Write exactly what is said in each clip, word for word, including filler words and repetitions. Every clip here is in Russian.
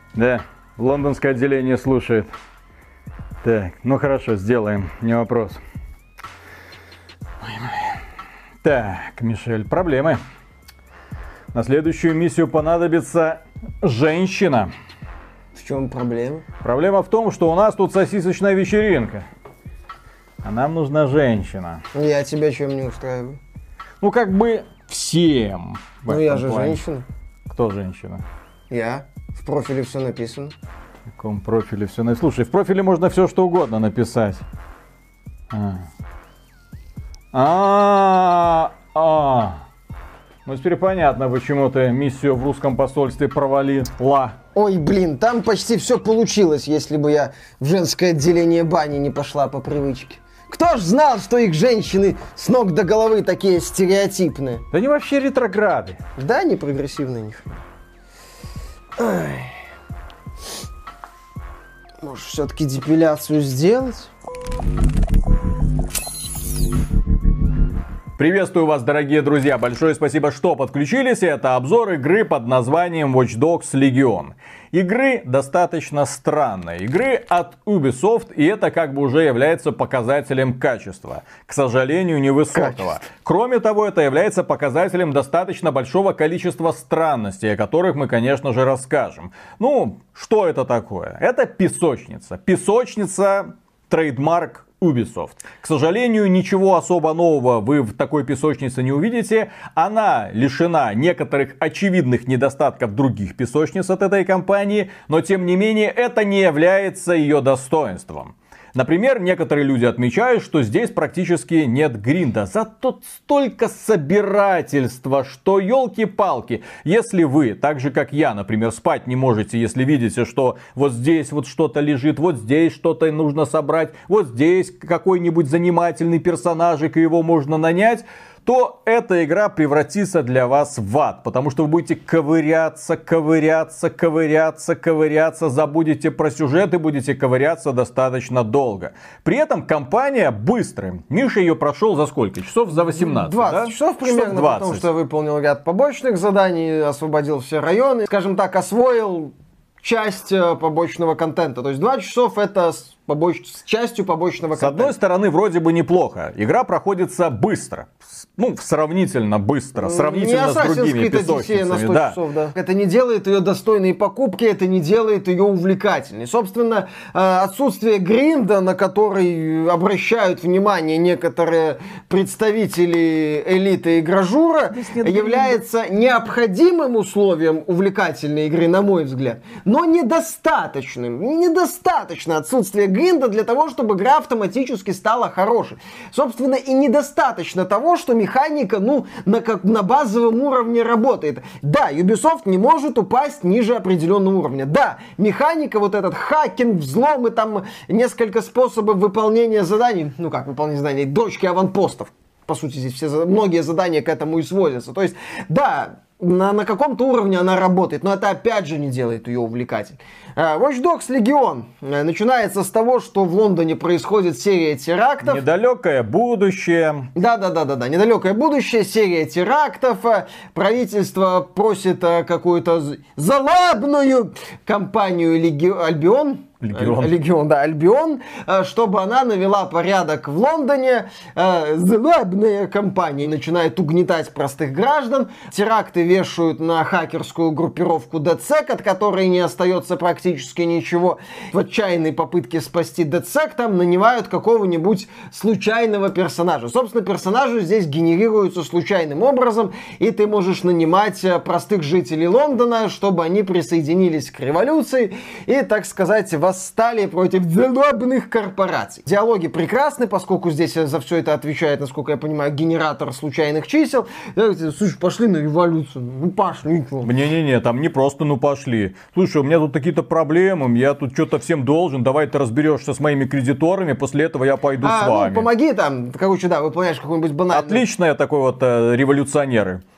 Да, лондонское отделение слушает. Так, ну хорошо, сделаем, не вопрос. Ой, так, Мишель, проблемы. На следующую миссию понадобится женщина. В чем проблема? Проблема в том, что у нас тут сосисочная вечеринка. А нам нужна женщина. Я тебя чем не устраиваю? Ну, как бы всем. Ну, я же плане. Женщина. Кто женщина? Я. В профиле все написано. В каком профиле все написано? Слушай, в профиле можно все что угодно написать. А. А. А. Ну, теперь понятно, почему ты миссию в русском посольстве провалила. Ой, блин, там почти все получилось, если бы я в женское отделение бани не пошла по привычке. Кто ж знал, что их женщины с ног до головы такие стереотипные? Да они вообще ретрограды. Да, не прогрессивные них. Ай. Может, все-таки депиляцию сделать? Приветствую вас, дорогие друзья! Большое спасибо, что подключились. Это обзор игры под названием Watch Dogs Legion. Игры достаточно странной. Игры от Ubisoft, и это как бы уже является показателем качества. К сожалению, невысокого. Качество. Кроме того, это является показателем достаточно большого количества странностей, о которых мы, конечно же, расскажем. Ну, что это такое? Это песочница. Песочница, трейдмарк Ubisoft. К сожалению, ничего особо нового вы в такой песочнице не увидите. Она лишена некоторых очевидных недостатков других песочниц от этой компании, но тем не менее это не является ее достоинством. Например, некоторые люди отмечают, что здесь практически нет гринда. Зато столько собирательства, что елки-палки. Если вы, так же как я, например, спать не можете, если видите, что вот здесь вот что-то лежит, вот здесь что-то нужно собрать, вот здесь какой-нибудь занимательный персонажик, и его можно нанять, то эта игра превратится для вас в ад. Потому что вы будете ковыряться, ковыряться, ковыряться, ковыряться, забудете про сюжет и будете ковыряться достаточно долго. При этом компания быстрая. Миша ее прошел за сколько? Часов за восемнадцать, двадцать да? часов примерно, двадцать. Потому что выполнил ряд побочных заданий, освободил все районы, скажем так, освоил часть побочного контента. То есть два часов это с, побоч... с частью побочного с контента. С одной стороны, вроде бы неплохо. Игра проходится быстро. Ну, сравнительно быстро. Сравнительно не с другими песочницами. На сто да. часов, да. Это не делает ее достойной покупки, это не делает ее увлекательной. Собственно, отсутствие гринда, на который обращают внимание некоторые представители элиты игражура, является гринда. Необходимым условием увлекательной игры, на мой взгляд, но недостаточным. Недостаточно отсутствие гринда для того, чтобы игра автоматически стала хорошей. Собственно, и недостаточно того, что механика, ну, на, как, на базовом уровне работает. Да, Ubisoft не может упасть ниже определенного уровня. Да, механика, вот этот хакинг, взломы, там несколько способов выполнения заданий. Ну как выполнение заданий? Дочки аванпостов. По сути, здесь все, многие задания к этому и сводятся. То есть, да, на, на каком-то уровне она работает, но это опять же не делает ее увлекательной. Watch Dogs Legion начинается с того, что в Лондоне происходит серия терактов. Недалекое будущее. Да-да-да-да-да, недалекое будущее, серия терактов. Правительство просит какую-то залабную компанию Леги... Альбион. Легион. Легион, да, Альбион, чтобы она навела порядок в Лондоне. Злобная компания начинает угнетать простых граждан. Теракты вешают на хакерскую группировку ДЦ, от которой не остается практически ничего. В отчаянной попытке спасти ДЦ там нанимают какого-нибудь случайного персонажа. Собственно, персонажи здесь генерируются случайным образом, и ты можешь нанимать простых жителей Лондона, чтобы они присоединились к революции и, так сказать, восстали против злобных корпораций. Диалоги прекрасны, поскольку здесь за все это отвечает, насколько я понимаю, генератор случайных чисел. Слушай, пошли на революцию. Ну пошли. Не-не-не, там не просто ну пошли. Слушай, у меня тут какие-то проблемы, я тут что-то всем должен, давай ты разберешься с моими кредиторами, после этого я пойду а, с вами. Ну, помоги там, короче, да, выполняешь какой-нибудь банальный... Отличные такой вот э, революционеры.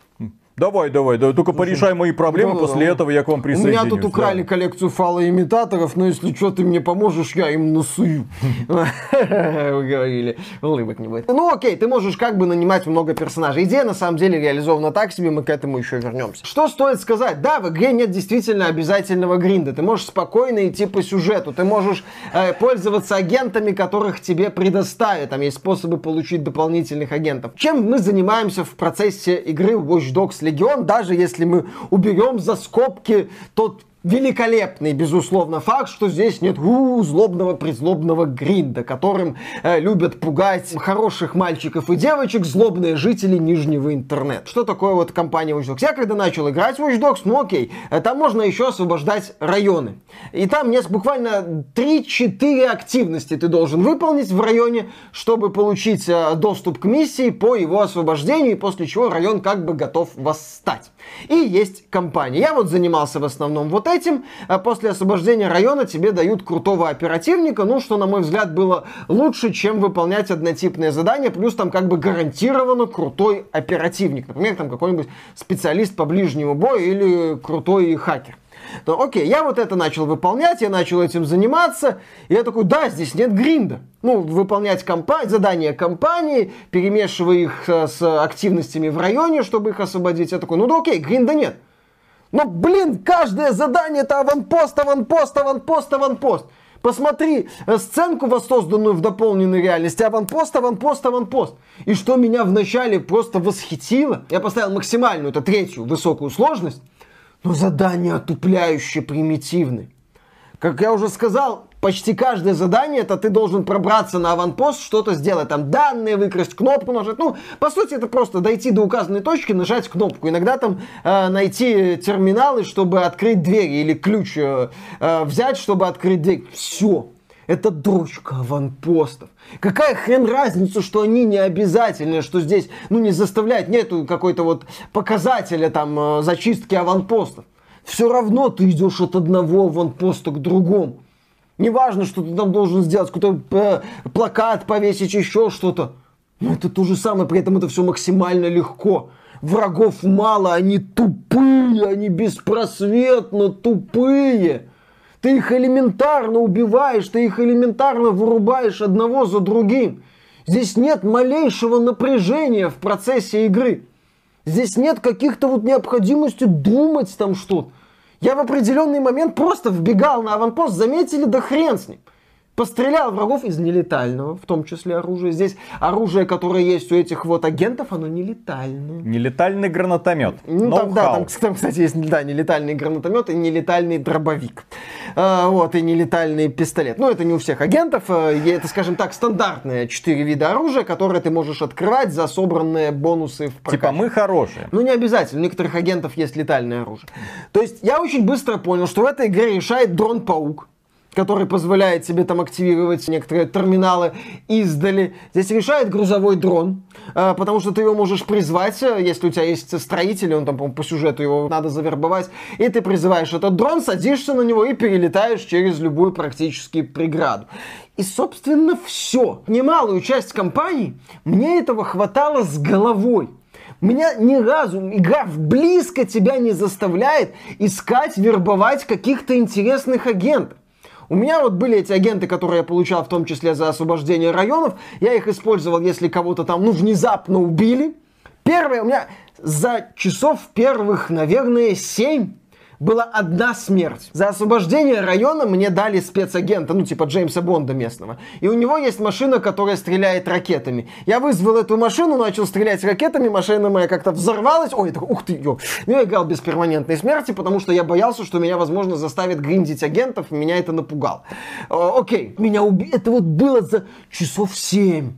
Давай, давай, давай, только порешай мои проблемы, да, после да. этого я к вам У присоединюсь. меня тут украли да. коллекцию фалоимитаторов, но если что, ты мне поможешь, я им насую. Вы говорили, улыбок не будет. Ну окей, ты можешь как бы нанимать много персонажей. Идея на самом деле реализована так себе, мы к этому еще вернемся. Что стоит сказать? Да, в игре нет действительно обязательного гринда. Ты можешь спокойно идти по сюжету, ты можешь э, пользоваться агентами, которых тебе предоставят. Там есть способы получить дополнительных агентов. Чем мы занимаемся в процессе игры Watch Dogs Legion, даже если мы уберем за скобки тот великолепный, безусловно, факт, что здесь нет у, злобного призлобного гринда, которым э, любят пугать хороших мальчиков и девочек злобные жители нижнего интернета. Что такое вот компания Watch Dogs? Я когда начал играть в Watch Dogs, ну окей, э, там можно еще освобождать районы. И там есть буквально три-четыре активности ты должен выполнить в районе, чтобы получить э, доступ к миссии по его освобождению, после чего район как бы готов восстать. И есть компания. Я вот занимался в основном вот этим. После освобождения района тебе дают крутого оперативника, ну, что, на мой взгляд, было лучше, чем выполнять однотипные задания, плюс там как бы гарантированно крутой оперативник. Например, там какой-нибудь специалист по ближнему бою или крутой хакер. То, окей, я вот это начал выполнять, я начал этим заниматься, и я такой, да, здесь нет гринда. Ну, выполнять компа- задания компании, перемешивая их с активностями в районе, чтобы их освободить. Я такой, ну да окей, гринда нет. Но, блин, каждое задание это аванпост, аванпост, аванпост, аванпост. Посмотри сценку, воссозданную в дополненной реальности. Аванпост, аванпост, аванпост. И что меня вначале просто восхитило, я поставил максимальную, это третью, высокую сложность, но задания отупляюще примитивны. Как я уже сказал, почти каждое задание это ты должен пробраться на аванпост, что-то сделать, там данные выкрасть, кнопку нажать. Ну, по сути, это просто дойти до указанной точки, нажать кнопку. Иногда там э, найти терминалы, чтобы открыть двери, или ключ э, э, взять, чтобы открыть дверь. Все. Это дрочка аванпостов. Какая хрен разница, что они не обязательны, что здесь, ну, не заставляет, нету какой-то вот показателя там зачистки аванпостов. Все равно ты идешь от одного аванпоста к другому. Неважно, что ты там должен сделать, какой-то э, плакат повесить, еще что-то. Но это то же самое, при этом это все максимально легко. Врагов мало, они тупые, они беспросветно тупые. Ты их элементарно убиваешь, ты их элементарно вырубаешь одного за другим. Здесь нет малейшего напряжения в процессе игры. Здесь нет каких-то вот необходимости думать там что-то. Я в определенный момент просто вбегал на аванпост, заметили, да хрен с ним. Пострелял врагов из нелетального, в том числе оружия. Здесь оружие, которое есть у этих вот агентов, оно нелетальное. Нелетальный гранатомет. Ну, там, да, там, там, кстати, есть да, нелетальный гранатомет и нелетальный дробовик. А, вот, и нелетальный пистолет. Ну, это не у всех агентов. Это, скажем так, стандартные четыре вида оружия, которые ты можешь открывать за собранные бонусы в прокачке. Типа мы хорошие. Ну, не обязательно. У некоторых агентов есть летальное оружие. То есть, я очень быстро понял, что в этой игре решает дрон-паук, который позволяет тебе там активировать некоторые терминалы издали. Здесь решает грузовой дрон, потому что ты его можешь призвать, если у тебя есть строитель, он там, по-моему, по сюжету его надо завербовать, и ты призываешь этот дрон, садишься на него и перелетаешь через любую практически преграду. И, собственно, все. Немалую часть кампании мне этого хватало с головой. Меня ни разу игра близко тебя не заставляет искать, вербовать каких-то интересных агентов. У меня вот были эти агенты, которые я получал в том числе за освобождение районов. Я их использовал, если кого-то там, ну, внезапно убили. Первое, у меня за часов первых, наверное, семь была одна смерть. За освобождение района мне дали спецагента, ну, типа Джеймса Бонда местного. И у него есть машина, которая стреляет ракетами. Я вызвал эту машину, начал стрелять ракетами, машина моя как-то взорвалась. Ой, так, ух ты, ё. Ну, я играл без перманентной смерти, потому что я боялся, что меня, возможно, заставят гриндить агентов, меня это напугало. О, окей, меня убили. Это вот было за часов семь.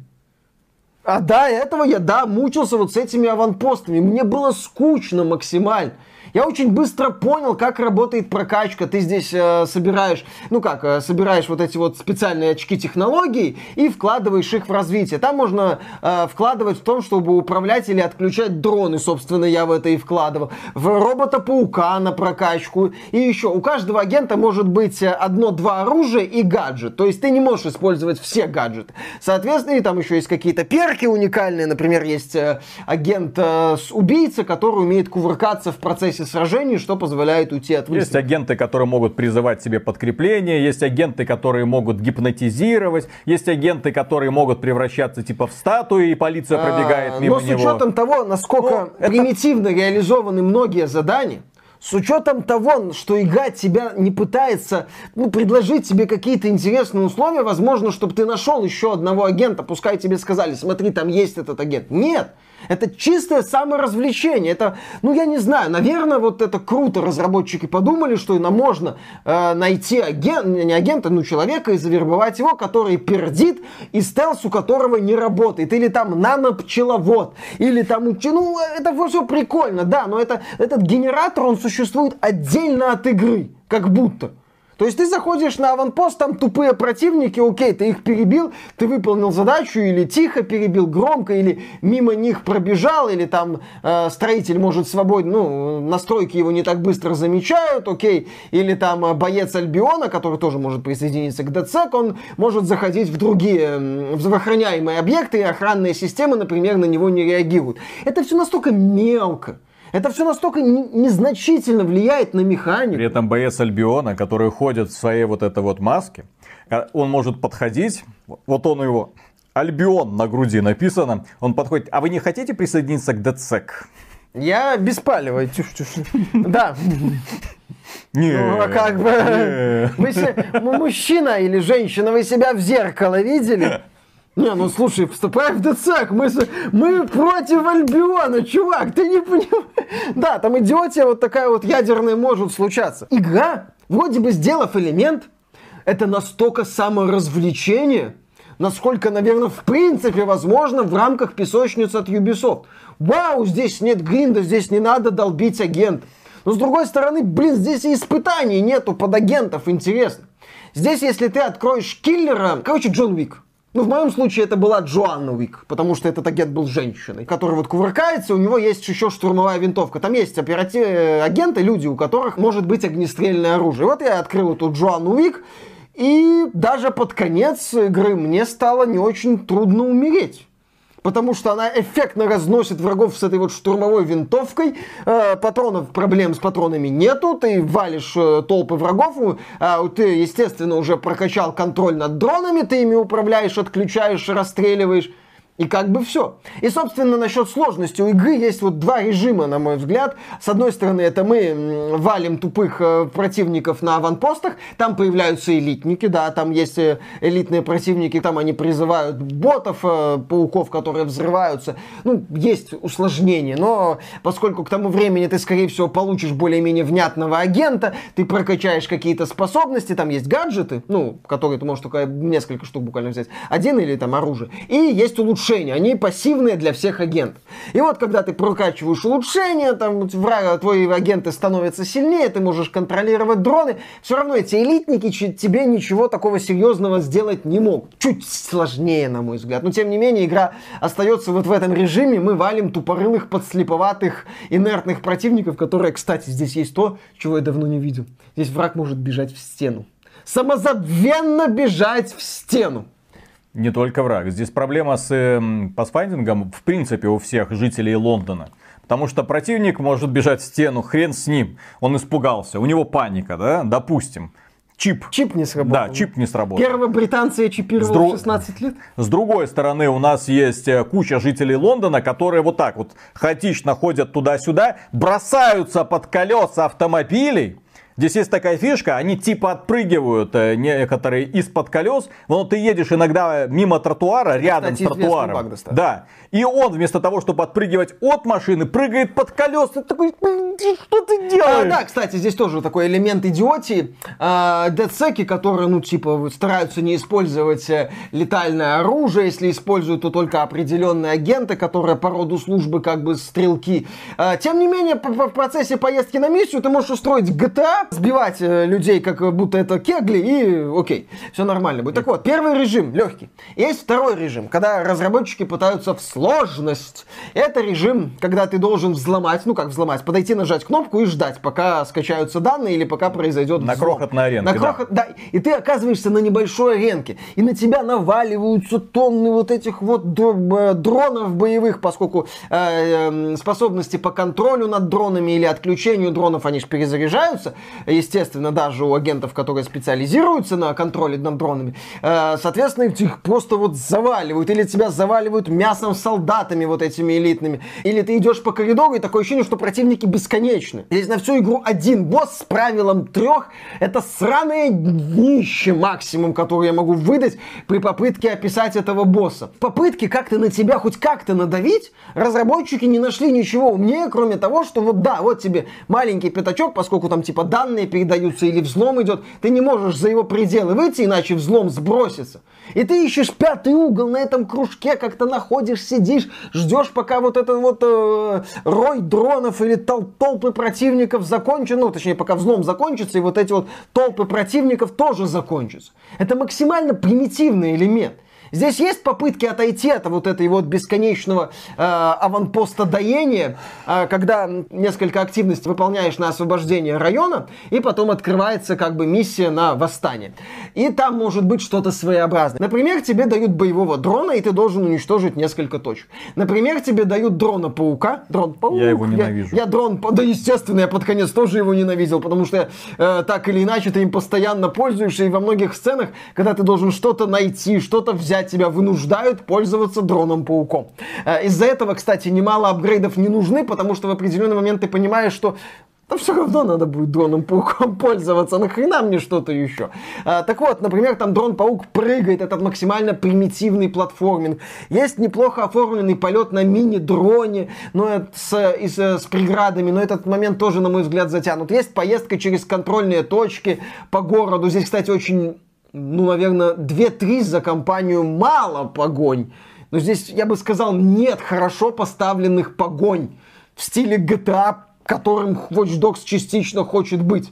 А до этого я, да, мучился вот с этими аванпостами. Мне было скучно максимально. Я очень быстро понял, как работает прокачка. Ты здесь э, собираешь, ну как, э, собираешь вот эти вот специальные очки технологий и вкладываешь их в развитие. Там можно э, вкладывать в том, чтобы управлять или отключать дроны. Собственно, я в это и вкладывал. В робота-паука на прокачку. И еще, у каждого агента может быть одно-два оружия и гаджет. То есть ты не можешь использовать все гаджеты. Соответственно, и там еще есть какие-то перки уникальные. Например, есть э, агент э, с убийца, который умеет кувыркаться в процессе сражений, что позволяет уйти от выстрела. Есть агенты, которые могут призывать себе подкрепление, есть агенты, которые могут гипнотизировать, есть агенты, которые могут превращаться типа в статуи, и полиция пробегает мимо него. Но с учетом того, насколько ну, примитивно это... реализованы многие задания, с учетом того, что игра тебя не пытается ну, предложить тебе какие-то интересные условия, возможно, чтобы ты нашел еще одного агента, пускай тебе сказали, смотри, там есть этот агент. Нет! Это чистое саморазвлечение. Это, ну я не знаю, наверное, вот это круто. Разработчики подумали, что можно э, найти агент, не агента, ну человека и завербовать его, который пердит, и стелс у которого не работает. Или там нано-пчеловод. Или там, ну это все прикольно, да, но это, этот генератор, он существует отдельно от игры. Как будто. То есть ты заходишь на аванпост, там тупые противники, окей, ты их перебил, ты выполнил задачу, или тихо перебил, громко, или мимо них пробежал, или там э, строитель может свободно, ну, настройки его не так быстро замечают, окей, или там э, боец Альбиона, который тоже может присоединиться к ДЦЕК, он может заходить в другие, в охраняемые объекты, и охранные системы, например, на него не реагируют. Это все настолько мелко. Это все настолько незначительно влияет на механику. При этом боец Альбиона, который ходит в своей вот этой вот маске, он может подходить, вот он его, Альбион на груди написано, он подходит, а вы не хотите присоединиться к ДЦЕК? Я беспалевый. Да. Не, ну, а как бы... Вы мужчина или женщина, вы себя в зеркало видели? Не, ну слушай, вступай в ДЦЕК, мы, мы против Альбиона, чувак, ты не понимаешь? Да, там идиотия вот такая вот ядерная может случаться. Игра, вроде бы сделав элемент, это настолько саморазвлечение, насколько, наверное, в принципе возможно в рамках песочницы от Ubisoft. Вау, здесь нет гринда, здесь не надо долбить агентов. Но с другой стороны, блин, здесь и испытаний нету под агентов, интересно. Здесь, если ты откроешь киллера, короче, Джон Уик. Ну, в моем случае это была Джоанна Уик, потому что этот агент был женщиной, который вот кувыркается, у него есть еще штурмовая винтовка. Там есть оператив... агенты, люди, у которых может быть огнестрельное оружие. Вот я открыл эту Джоанну Уик, и даже под конец игры мне стало не очень трудно умереть. Потому что она эффектно разносит врагов с этой вот штурмовой винтовкой. Э, патронов, проблем с патронами нету. Ты валишь э, толпы врагов. Э, ты, естественно, уже прокачал контроль над дронами. Ты ими управляешь, отключаешь, расстреливаешь. И как бы все. И, собственно, насчет сложности у игры есть вот два режима, на мой взгляд. С одной стороны, это мы валим тупых э, противников на аванпостах. Там появляются элитники, да, там есть э, элитные противники. Там они призывают ботов, э, пауков, которые взрываются. Ну, есть усложнения. Но поскольку к тому времени ты, скорее всего, получишь более-менее внятного агента, ты прокачаешь какие-то способности. Там есть гаджеты, ну, которые ты можешь только несколько штук буквально взять. Один или там оружие. И есть улучшения. Они пассивные для всех агентов. И вот, когда ты прокачиваешь улучшения, там враг, твои агенты становятся сильнее, ты можешь контролировать дроны, все равно эти элитники тебе ничего такого серьезного сделать не могут. Чуть сложнее, на мой взгляд. Но, тем не менее, игра остается вот в этом режиме. Мы валим тупорылых, подслеповатых, инертных противников, которые, кстати, здесь есть то, чего я давно не видел. Здесь враг может бежать в стену. Самозабвенно бежать в стену. Не только враг. Здесь проблема с э, пасфайндингом в принципе у всех жителей Лондона. Потому что противник может бежать в стену, хрен с ним. Он испугался, у него паника, да, допустим. Чип. Чип не сработал. Да, чип не сработал. Первого британца я чипировал дру... в шестнадцать лет. С другой стороны, у нас есть куча жителей Лондона, которые вот так вот хаотично ходят туда-сюда, бросаются под колеса автомобилей, Здесь есть такая фишка, они типа отпрыгивают э, некоторые из-под колес, но ты едешь иногда мимо тротуара, рядом кстати, с тротуаром. Баг, да. И он вместо того, чтобы отпрыгивать от машины, прыгает под колеса. Ты такой, что ты делаешь? А, да, кстати, здесь тоже такой элемент идиотии. А, дедсеки, которые, ну, типа, стараются не использовать летальное оружие, если используют, то только определенные агенты, которые по роду службы как бы стрелки. А, тем не менее, в процессе поездки на миссию ты можешь устроить джи ти эй, сбивать людей, как будто это кегли, и окей, все нормально будет. Так вот, первый режим легкий. Есть второй режим, когда разработчики пытаются в сложность. Это режим, когда ты должен взломать, ну как взломать, подойти, нажать кнопку и ждать, пока скачаются данные или пока произойдет на взлом. крохотной аренке. На крохот... да. да. И ты оказываешься на небольшой аренке, и на тебя наваливаются тонны вот этих вот дронов боевых, поскольку э, способности по контролю над дронами или отключению дронов, они же перезаряжаются. Естественно, даже у агентов, которые специализируются на контроле над дронами, э, соответственно, их просто вот заваливают. Или тебя заваливают мясом, солдатами вот этими элитными. Или ты идешь по коридору, и такое ощущение, что противники бесконечны. Здесь на всю игру один босс с правилом трех. Это сраное днище максимум, которое я могу выдать при попытке описать этого босса. Попытки как-то на тебя хоть как-то надавить, разработчики не нашли ничего умнее, кроме того, что вот да, вот тебе маленький пятачок, поскольку там типа данные передаются или взлом идет, ты не можешь за его пределы выйти, иначе взлом сбросится. И ты ищешь пятый угол на этом кружке, как-то находишь, сидишь, ждешь, пока вот этот вот э, рой дронов или тол- толпы противников закончат, ну, точнее, пока взлом закончится, и вот эти вот толпы противников тоже закончатся. Это максимально примитивный элемент. Здесь есть попытки отойти от вот этой вот бесконечного э, аванпоста доения, э, когда несколько активностей выполняешь на освобождение района, и потом открывается как бы миссия на восстание. И там может быть что-то своеобразное. Например, тебе дают боевого дрона, и ты должен уничтожить несколько точек. Например, тебе дают дрона-паука. Дрон-паук. Я его ненавижу. Я, я дрон... Да, естественно, я под конец тоже его ненавидел, потому что э, так или иначе ты им постоянно пользуешься, и во многих сценах, когда ты должен что-то найти, что-то взять, тебя вынуждают пользоваться дроном-пауком. Из-за этого, кстати, немало апгрейдов не нужны, потому что в определенный момент ты понимаешь, что да все равно надо будет дроном-пауком пользоваться, нахрена мне что-то еще. А, так вот, например, там дрон-паук прыгает, этот максимально примитивный платформинг. Есть неплохо оформленный полет на мини-дроне, но с, и с, с преградами, но этот момент тоже, на мой взгляд, затянут. Есть поездка через контрольные точки по городу. Здесь, кстати, очень... ну, наверное, две-три за компанию мало погонь. Но здесь, я бы сказал, нет хорошо поставленных погонь в стиле джи ти эй, которым Watch Dogs частично хочет быть.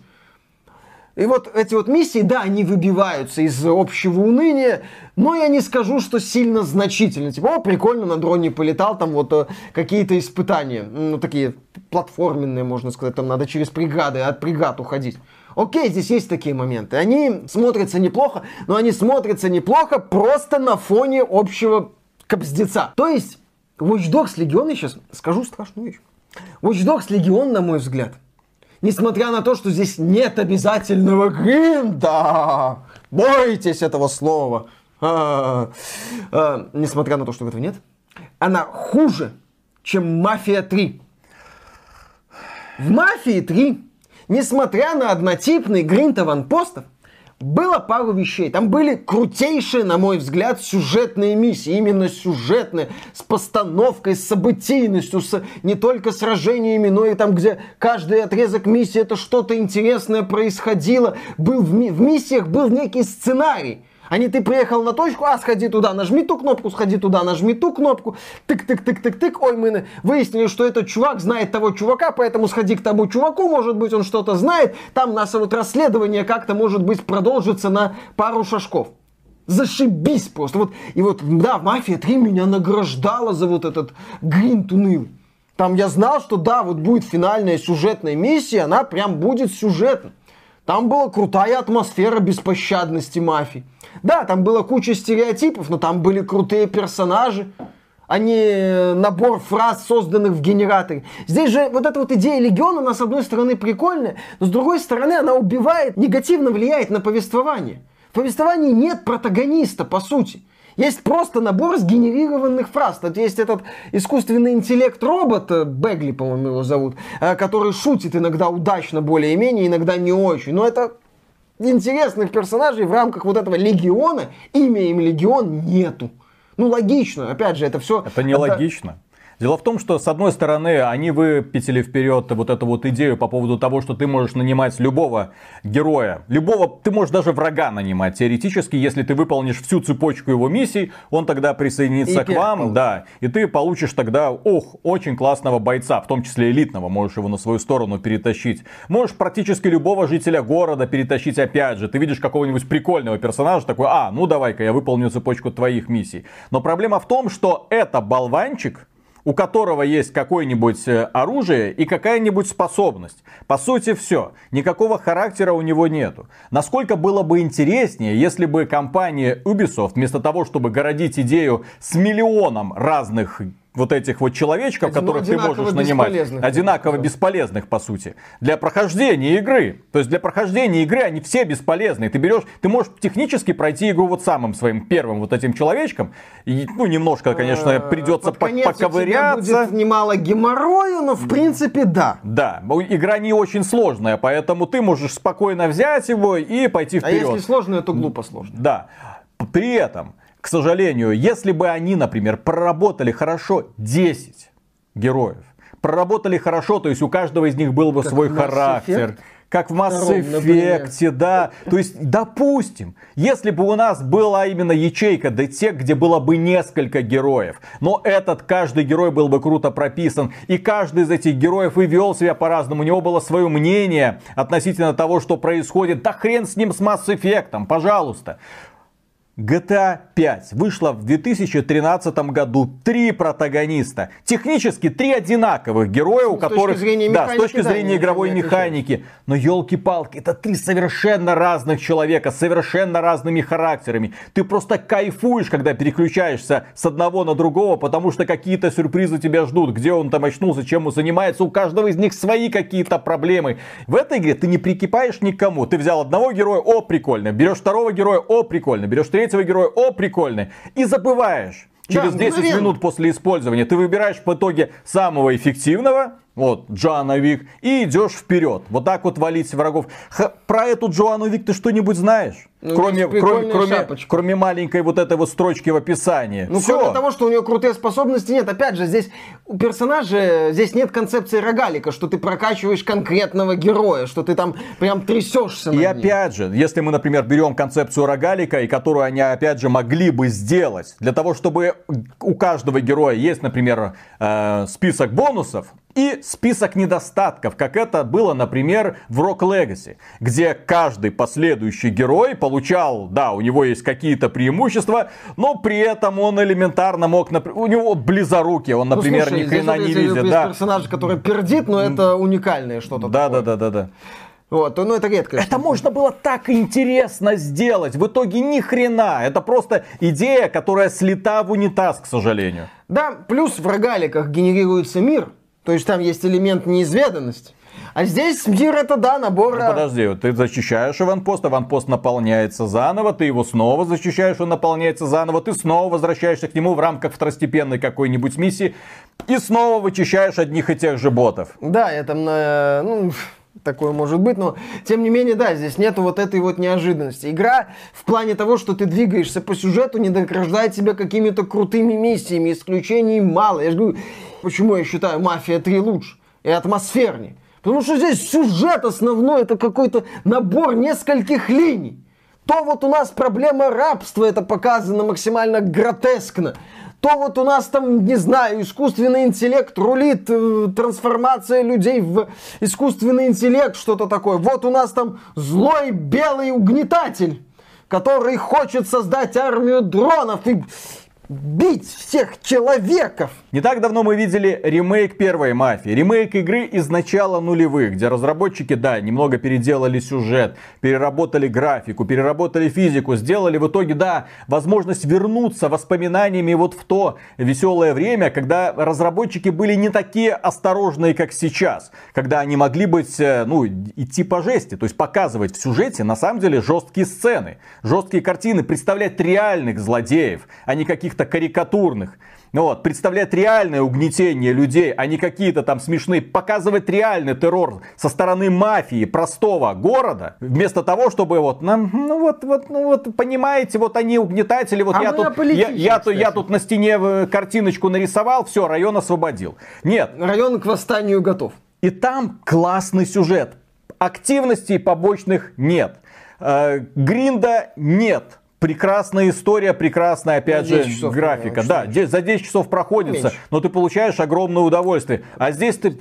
И вот эти вот миссии, да, они выбиваются из общего уныния, но я не скажу, что сильно значительно. Типа, о, прикольно, на дроне полетал, там вот э, какие-то испытания, ну, такие платформенные, можно сказать, там надо через преграды, от преград уходить. Окей, здесь есть такие моменты. Они смотрятся неплохо, но они смотрятся неплохо просто на фоне общего капздеца. То есть, Watch Dogs Legion, я сейчас скажу страшную вещь. Watch Dogs Legion, на мой взгляд, несмотря на то, что здесь нет обязательного гринда, бойтесь этого слова, а, а, несмотря на то, что этого нет, она хуже, чем Мафия три. В Мафии три, несмотря на однотипный гринд аванпостов, было пару вещей. Там были крутейшие, на мой взгляд, сюжетные миссии. Именно сюжетные, с постановкой, с событийностью, с не только сражениями, но и там, где каждый отрезок миссии это что-то интересное происходило. Был в, ми- в миссиях был некий сценарий. А не ты приехал на точку, а сходи туда, нажми ту кнопку, сходи туда, нажми ту кнопку, тык-тык-тык-тык-тык, ой, мы выяснили, что этот чувак знает того чувака, поэтому сходи к тому чуваку, может быть, он что-то знает, там наше вот расследование как-то, может быть, продолжится на пару шажков. Зашибись просто. Вот, и вот, да, Мафия три меня награждала за вот этот гринт унылый. Там я знал, что да, вот будет финальная сюжетная миссия, она прям будет сюжетной. Там была крутая атмосфера беспощадности мафии. Да, там была куча стереотипов, но там были крутые персонажи, а не набор фраз, созданных в генераторе. Здесь же вот эта вот идея Легиона, она с одной стороны прикольная, но с другой стороны она убивает, негативно влияет на повествование. В повествовании нет протагониста, по сути. Есть просто набор сгенерированных фраз. Тут есть этот искусственный интеллект-робот, Бегли, по-моему, его зовут, который шутит иногда удачно более-менее, иногда не очень. Но это интересных персонажей в рамках вот этого Легиона. Имя им Легион нету. Ну, логично. Опять же, это все... Это не это... логично. Дело в том, что, с одной стороны, они выпятили вперед вот эту вот идею по поводу того, что ты можешь нанимать любого героя. Любого, ты можешь даже врага нанимать. Теоретически, если ты выполнишь всю цепочку его миссий, он тогда присоединится и к вам. Получишь. Да, и ты получишь тогда, ох, очень классного бойца, в том числе элитного. Можешь его на свою сторону перетащить. Можешь практически любого жителя города перетащить опять же. Ты видишь какого-нибудь прикольного персонажа, такой, а, ну давай-ка я выполню цепочку твоих миссий. Но проблема в том, что это болванчик, у которого есть какое-нибудь оружие и какая-нибудь способность. По сути, все. Никакого характера у него нету. Насколько было бы интереснее, если бы компания Ubisoft, вместо того, чтобы городить идею с миллионом разных вот этих вот человечков, Один, которых ты можешь нанимать, одинаково да. бесполезных, по сути, для прохождения игры. То есть для прохождения игры они все бесполезные. Ты берешь, ты можешь технически пройти игру вот самым своим первым вот этим человечком. И, ну, немножко, конечно, придется поковыряться. У тебя будет немало геморрою, но в принципе да. Да, игра не очень сложная, поэтому ты можешь спокойно взять его и пойти вперед. А если сложная, то глупо сложно. Да. При этом, к сожалению, если бы они, например, проработали хорошо десять героев, проработали хорошо, то есть у каждого из них был бы как свой характер, как в Mass Effect, да. То есть, допустим, если бы у нас была именно ячейка Детек, где было бы несколько героев, но этот каждый герой был бы круто прописан, и каждый из этих героев и вел себя по-разному, у него было свое мнение относительно того, что происходит, да хрен с ним с Mass Effect, пожалуйста. джи ти эй пять вышла в две тысячи тринадцатом году. Три протагониста. Технически три одинаковых героя, у которых... С точки да, с точки да, зрения игровой механики. Но елки-палки, это три совершенно разных человека, с совершенно разными характерами. Ты просто кайфуешь, когда переключаешься с одного на другого, потому что какие-то сюрпризы тебя ждут. Где он там очнулся, чем он занимается. У каждого из них свои какие-то проблемы. В этой игре ты не прикипаешь никому. Ты взял одного героя, о, прикольно. Берешь второго героя, о, прикольно. Берешь третьего героя, о, прикольный. И забываешь. Через да, десять мгновенно. Минут после использования ты выбираешь в итоге самого эффективного, вот, Джоанна Вик, и идешь вперед. Вот так вот валить врагов. Х- про эту Джоанну Вик ты что-нибудь знаешь? Ну, кроме, кроме, кроме, кроме маленькой вот этой вот строчки в описании. Ну, Всё. Кроме того, что у нее крутые способности нет. Опять же, здесь у персонажа, здесь нет концепции рогалика, что ты прокачиваешь конкретного героя, что ты там прям трясешься. И опять же, если мы, например, берем концепцию рогалика, и которую они, опять же, могли бы сделать, для того, чтобы у каждого героя есть, например, э, список бонусов, и список недостатков, как это было, например, в Rogue Legacy, где каждый последующий герой получал, да, у него есть какие-то преимущества, но при этом он элементарно мог, у него близорукий, он, например, ну, слушай, ни хрена не видит. Да. Персонаж, который пердит, но это уникальное что-то да, такое. Да, да, да, да, да. Вот, ну это редко. Это можно было так интересно сделать. В итоге ни хрена. Это просто идея, которая слита в унитаз, к сожалению. Да, плюс в рогаликах генерируется мир. То есть там есть элемент неизведанности. А здесь мир это, да, набор... Ну, подожди, вот ты зачищаешь аванпост, аванпост наполняется заново, ты его снова зачищаешь, он наполняется заново, ты снова возвращаешься к нему в рамках второстепенной какой-нибудь миссии и снова вычищаешь одних и тех же ботов. Да, это, ну... Такое может быть, но тем не менее, да, здесь нету вот этой вот неожиданности. Игра в плане того, что ты двигаешься по сюжету, не награждает тебя какими-то крутыми миссиями, исключений мало. Я же говорю, почему я считаю Мафия три лучше и атмосфернее. Потому что здесь сюжет основной, это какой-то набор нескольких линий. То вот у нас проблема рабства, это показано максимально гротескно. То вот у нас там, не знаю, искусственный интеллект рулит, э, трансформация людей в искусственный интеллект, что-то такое. Вот у нас там злой белый угнетатель, который хочет создать армию дронов и бить всех человеков. Не так давно мы видели ремейк первой «Мафии». Ремейк игры из начала нулевых, где разработчики, да, немного переделали сюжет, переработали графику, переработали физику, сделали в итоге, да, возможность вернуться воспоминаниями вот в то веселое время, когда разработчики были не такие осторожные, как сейчас. Когда они могли быть, ну, идти по жести, то есть показывать в сюжете на самом деле жесткие сцены, жесткие картины, представлять реальных злодеев, а не каких-то карикатурных. Ну вот, представлять реальное угнетение людей, а не какие-то там смешные, показывать реальный террор со стороны мафии простого города, вместо того, чтобы вот, нам, ну вот, вот, ну вот, понимаете, вот они угнетатели, вот а я тут, я, я, я тут на стене картиночку нарисовал, все, район освободил. Нет. Район к восстанию готов. И там классный сюжет. Активностей побочных нет. Э, гринда нет. Прекрасная история, прекрасная, опять же, графика. Да, за десять часов проходится, меньше. Но ты получаешь огромное удовольствие. А здесь ты...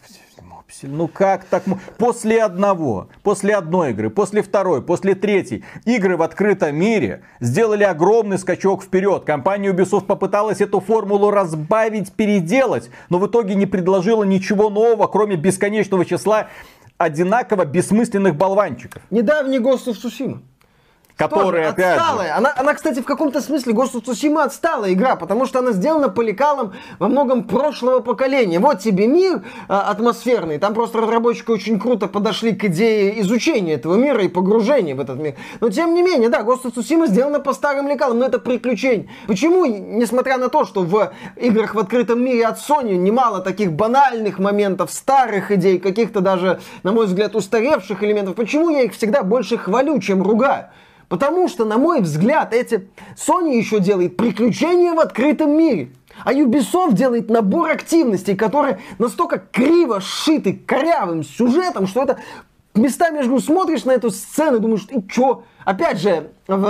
Ну как так? После одного, после одной игры, после второй, после третьей. Игры в открытом мире сделали огромный скачок вперед. Компания Ubisoft попыталась эту формулу разбавить, переделать, но в итоге не предложила ничего нового, кроме бесконечного числа одинаково бессмысленных болванчиков. Недавний Ghost of Tsushima. Которые, опять отсталая. же... Она, она, кстати, в каком-то смысле Ghost of Tsushima отсталая игра, потому что она сделана по лекалам во многом прошлого поколения. Вот тебе мир а, атмосферный, там просто разработчики очень круто подошли к идее изучения этого мира и погружения в этот мир. Но тем не менее, да, Ghost of Tsushima сделана по старым лекалам, но это приключение. Почему, несмотря на то, что в играх в открытом мире от Sony немало таких банальных моментов, старых идей, каких-то даже, на мой взгляд, устаревших элементов, почему я их всегда больше хвалю, чем ругаю? Потому что, на мой взгляд, эти Sony еще делает приключения в открытом мире. А Ubisoft делает набор активностей, которые настолько криво сшиты корявым сюжетом, что это местами, я же говорю, смотришь на эту сцену и думаешь, и чё? Опять же,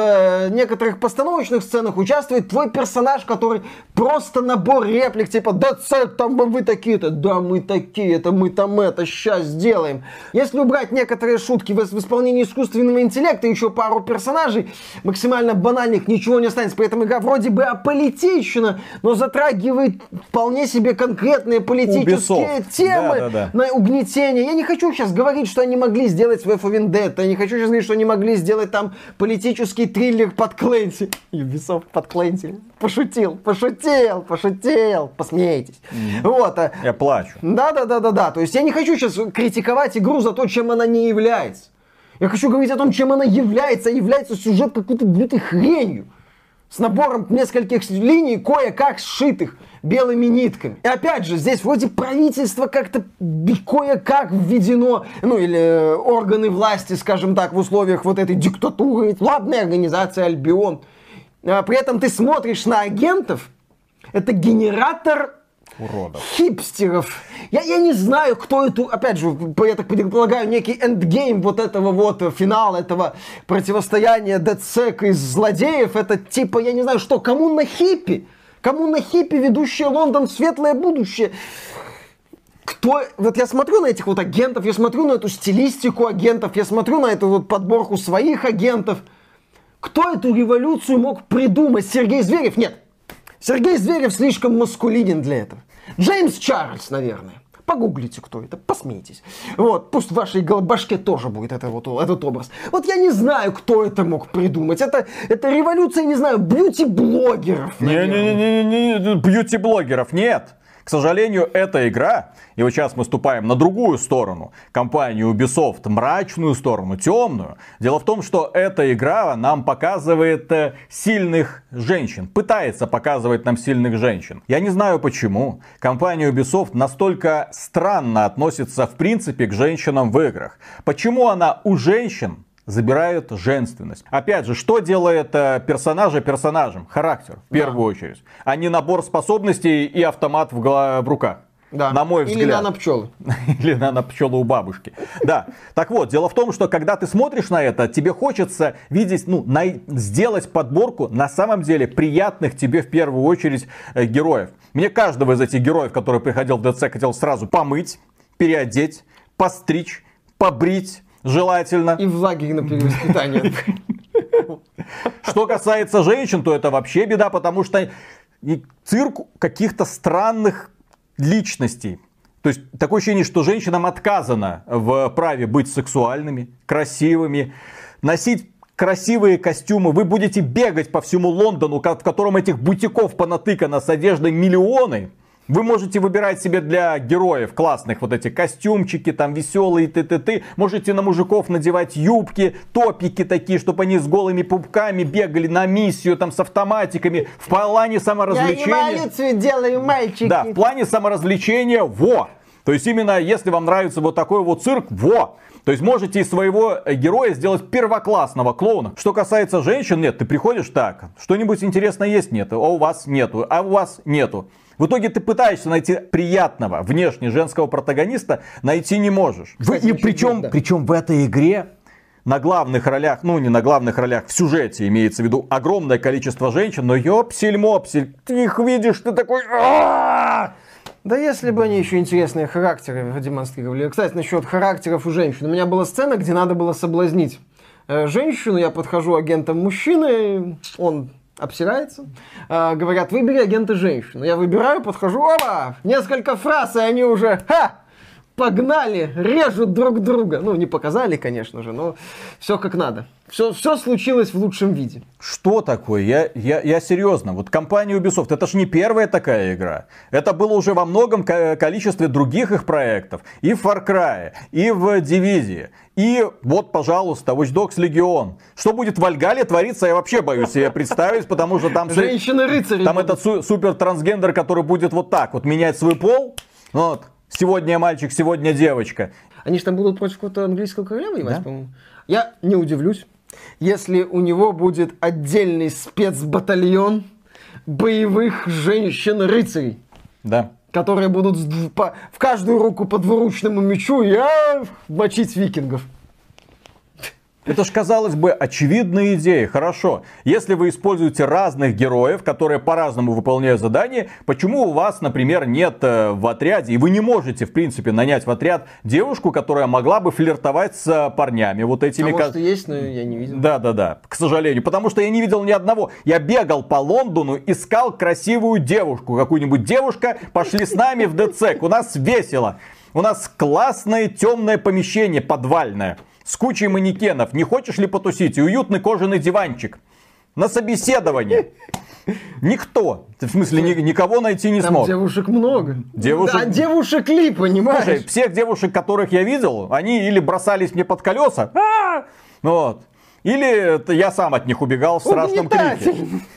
в некоторых постановочных сценах участвует твой персонаж, который просто набор реплик, типа, да, царь, там вы такие-то, да, мы такие, это мы там это, сейчас сделаем. Если убрать некоторые шутки в, в исполнении искусственного интеллекта, еще пару персонажей, максимально банальных, ничего не останется. Поэтому игра вроде бы аполитична, но затрагивает вполне себе конкретные политические Ubisoft. темы, да, да, да. на угнетение. Я не хочу сейчас говорить, что они могли сделать в V for Vendetta, я не хочу сейчас говорить, что они могли сделать там политический триллер под Клэнси. Ubisoft под Клэнси. Пошутил, пошутил, пошутил. Посмейтесь. Mm-hmm. Вот. Я плачу. Да-да-да-да-да. То есть я не хочу сейчас критиковать игру за то, чем она не является. Я хочу говорить о том, чем она является. А является сюжет какой-то блютой хренью. С набором нескольких линий, кое-как сшитых белыми нитками. И опять же, здесь вроде правительство как-то кое-как введено, ну или э, органы власти, скажем так, в условиях вот этой диктатуры, ладная организация Альбион. А при этом ты смотришь на агентов, это генератор уродов. Хипстеров. Я, я не знаю, кто эту, опять же, я так предполагаю, некий эндгейм вот этого вот, финала этого противостояния ДЦК из злодеев, это типа, я не знаю, что, кому на хиппи? Кому на хиппи, ведущие Лондон в светлое будущее? Кто, вот я смотрю на этих вот агентов, я смотрю на эту стилистику агентов, я смотрю на эту вот подборку своих агентов. Кто эту революцию мог придумать? Сергей Зверев? Нет. Сергей Зверев слишком маскулинен для этого. Джеймс Чарльз, наверное. Погуглите, кто это, посмейтесь. Вот, пусть в вашей башке тоже будет это вот, этот образ. Вот я не знаю, кто это мог придумать. Это, это революция, не знаю, бьюти-блогеров. Не-не-не, бьюти-блогеров нет. К сожалению, эта игра, и вот сейчас мы ступаем на другую сторону, компанию Ubisoft, мрачную сторону, темную. Дело в том, что эта игра нам показывает сильных женщин, пытается показывать нам сильных женщин. Я не знаю почему компания Ubisoft настолько странно относится в принципе к женщинам в играх. Почему она у женщин забирают женственность. Опять же, что делает э, персонажа персонажем? Характер, в первую да. очередь. А не набор способностей и автомат в, в руках. Да. На мой взгляд. Или нано-пчелы. Или нано-пчелы у бабушки. Да. Так вот, дело в том, что когда ты смотришь на это, тебе хочется видеть, ну, на... сделать подборку на самом деле приятных тебе в первую очередь э, героев. Мне каждого из этих героев, который приходил в ДЦ, хотел сразу помыть, переодеть, постричь, побрить. Желательно. И в лагерь на перевоспитание. Что касается женщин, то это вообще беда, потому что и цирк каких-то странных личностей. То есть такое ощущение, что женщинам отказано в праве быть сексуальными, красивыми, носить красивые костюмы. Вы будете бегать по всему Лондону, в котором этих бутиков понатыкано с одеждой миллионы. Вы можете выбирать себе для героев классных вот эти костюмчики, там веселые, ты-ты-ты. Можете на мужиков надевать юбки, топики такие, чтобы они с голыми пупками бегали на миссию, там с автоматиками. В плане саморазвлечения... Я эволюцию делаю, мальчики. Да, в плане саморазвлечения, во! То есть именно если вам нравится вот такой вот цирк, во! То есть можете из своего героя сделать первоклассного клоуна. Что касается женщин, нет, ты приходишь так, что-нибудь интересное есть? Нет, а у вас нету, а у вас нету. В итоге ты пытаешься найти приятного внешне женского протагониста, найти не можешь. Кстати, И причем, да. причем в этой игре на главных ролях, ну не на главных ролях, в сюжете имеется в виду огромное количество женщин, но ёпсель-мопсель, ты их видишь, ты такой... Да если бы они еще интересные характеры демонстрировали. Кстати, насчет характеров у женщин. У меня была сцена, где надо было соблазнить э, женщину. Я подхожу агентом мужчины, он обсирается. Э, говорят, выбери агента женщину. Я выбираю, подхожу, оба! Несколько фраз, и они уже, ха! Погнали, режут друг друга. Ну, не показали, конечно же, но все как надо. Все, все случилось в лучшем виде. Что такое? Я, я, я серьезно. Вот компания Ubisoft, это ж не первая такая игра. Это было уже во многом количестве других их проектов. И в Far Cry, и в Division. И вот, пожалуйста, Watch Dogs Legion. Что будет в Вальгалле твориться, я вообще боюсь себе представить, потому что там... Женщины-рыцари. Там этот су- супер трансгендер, который будет вот так вот менять свой пол. Вот. Сегодня мальчик, сегодня девочка. Они же там будут против какого-то английского короля воевать, Да? по-моему. Я не удивлюсь, если у него будет отдельный спецбатальон боевых женщин-рыцарей. Да. Которые будут в, по, в каждую руку по двуручному мечу и а, мочить викингов. Это ж, казалось бы, очевидная идея. Хорошо, если вы используете разных героев, которые по-разному выполняют задания, почему у вас, например, нет э, в отряде, и вы не можете, в принципе, нанять в отряд девушку, которая могла бы флиртовать с э, парнями вот этими... А может и есть, но я не видел. Да-да-да, к сожалению, потому что я не видел ни одного. Я бегал по Лондону, искал красивую девушку, какую-нибудь девушка, пошли с нами в ДЦ, у нас весело. У нас классное темное помещение подвальное. С кучей манекенов. Не хочешь ли потусить? И уютный кожаный диванчик. На собеседование. Никто. В смысле, ни, никого найти не Там смог. девушек много. Девушек... Да, девушек ли, понимаешь? Слушай, всех девушек, которых я видел, они или бросались мне под колеса, а-а-а! Вот. Или это я сам от них убегал в страшном крике.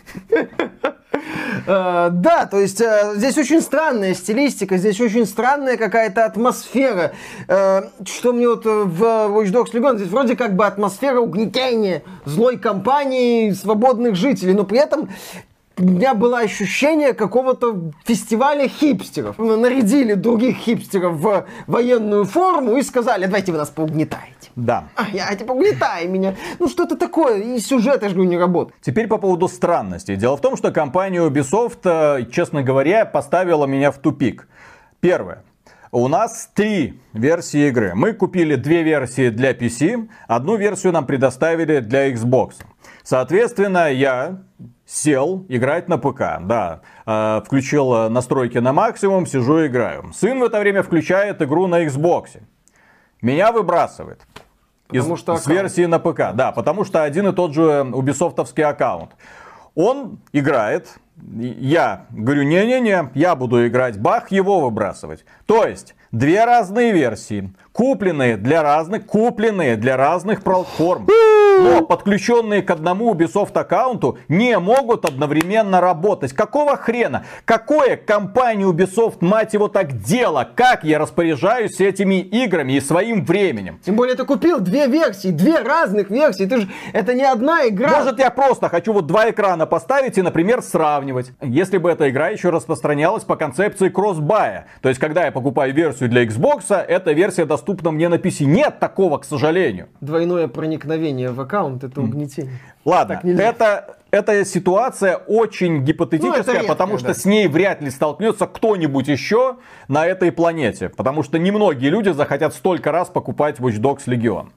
Uh, да, то есть uh, здесь очень странная стилистика, здесь очень странная какая-то атмосфера. Uh, что мне вот uh, в Watch Dogs Legion, здесь вроде как бы атмосфера угнетения злой компании свободных жителей, но при этом у меня было ощущение какого-то фестиваля хипстеров. Нарядили других хипстеров в военную форму и сказали, давайте вы нас поугнетаете. Да. А, я типа угнетай меня. Ну что это такое? И сюжет, я же говорю, не работает. Теперь по поводу странностей. Дело в том, что компания Ubisoft, честно говоря, поставила меня в тупик. Первое. У нас три версии игры. Мы купили две версии для пи си, одну версию нам предоставили для Xbox. Соответственно, я сел играть на ПК. Да, э, включил настройки на максимум, сижу играю. Сын в это время включает игру на Xbox. Меня выбрасывает. Потому из, что с версии на ПК. Да, потому что один и тот же убисофтовский аккаунт. Он играет. Я говорю, не-не-не, я буду играть, бах, его выбрасывать. То есть, две разные версии, купленные для разных, купленные для разных платформ, но подключенные к одному Ubisoft аккаунту не могут одновременно работать. Какого хрена? Какое компания Ubisoft, мать его, так дело? Как я распоряжаюсь этими играми и своим временем? Тем более ты купил две версии, две разных версии. Ты же, это не одна игра. Может, я просто хочу вот два экрана поставить и, например, сравнивать. Если бы эта игра еще распространялась по концепции кроссбая. То есть, когда я покупаю версию для Xbox, эта версия доступна мне на пи си. Нет такого, к сожалению. Двойное проникновение в аккаунт — это угнетение. Ладно, это, эта ситуация очень гипотетическая, ну, редкая, потому что да. с ней вряд ли столкнется кто-нибудь еще на этой планете. Потому что немногие люди захотят столько раз покупать Watch Dogs Legion.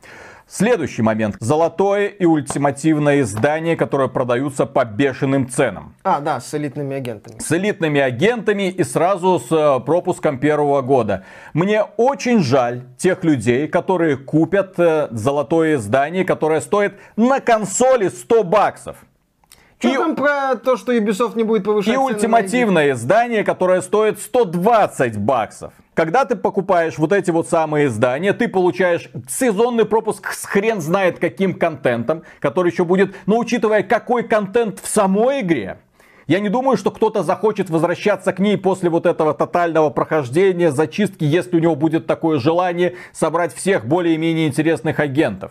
Следующий момент. Золотое и ультимативное издание, которое продаются по бешеным ценам. А, да, с элитными агентами. С элитными агентами и сразу с пропуском первого года. Мне очень жаль тех людей, которые купят золотое издание, которое стоит на консоли сто баксов. Что и, там про то, что Ubisoft не будет повышать и цены? ультимативное издание, которое стоит сто двадцать баксов. Когда ты покупаешь вот эти вот самые издания, ты получаешь сезонный пропуск с хрен знает каким контентом, который еще будет, но учитывая какой контент в самой игре, я не думаю, что кто-то захочет возвращаться к ней после вот этого тотального прохождения, зачистки, если у него будет такое желание собрать всех более-менее интересных агентов.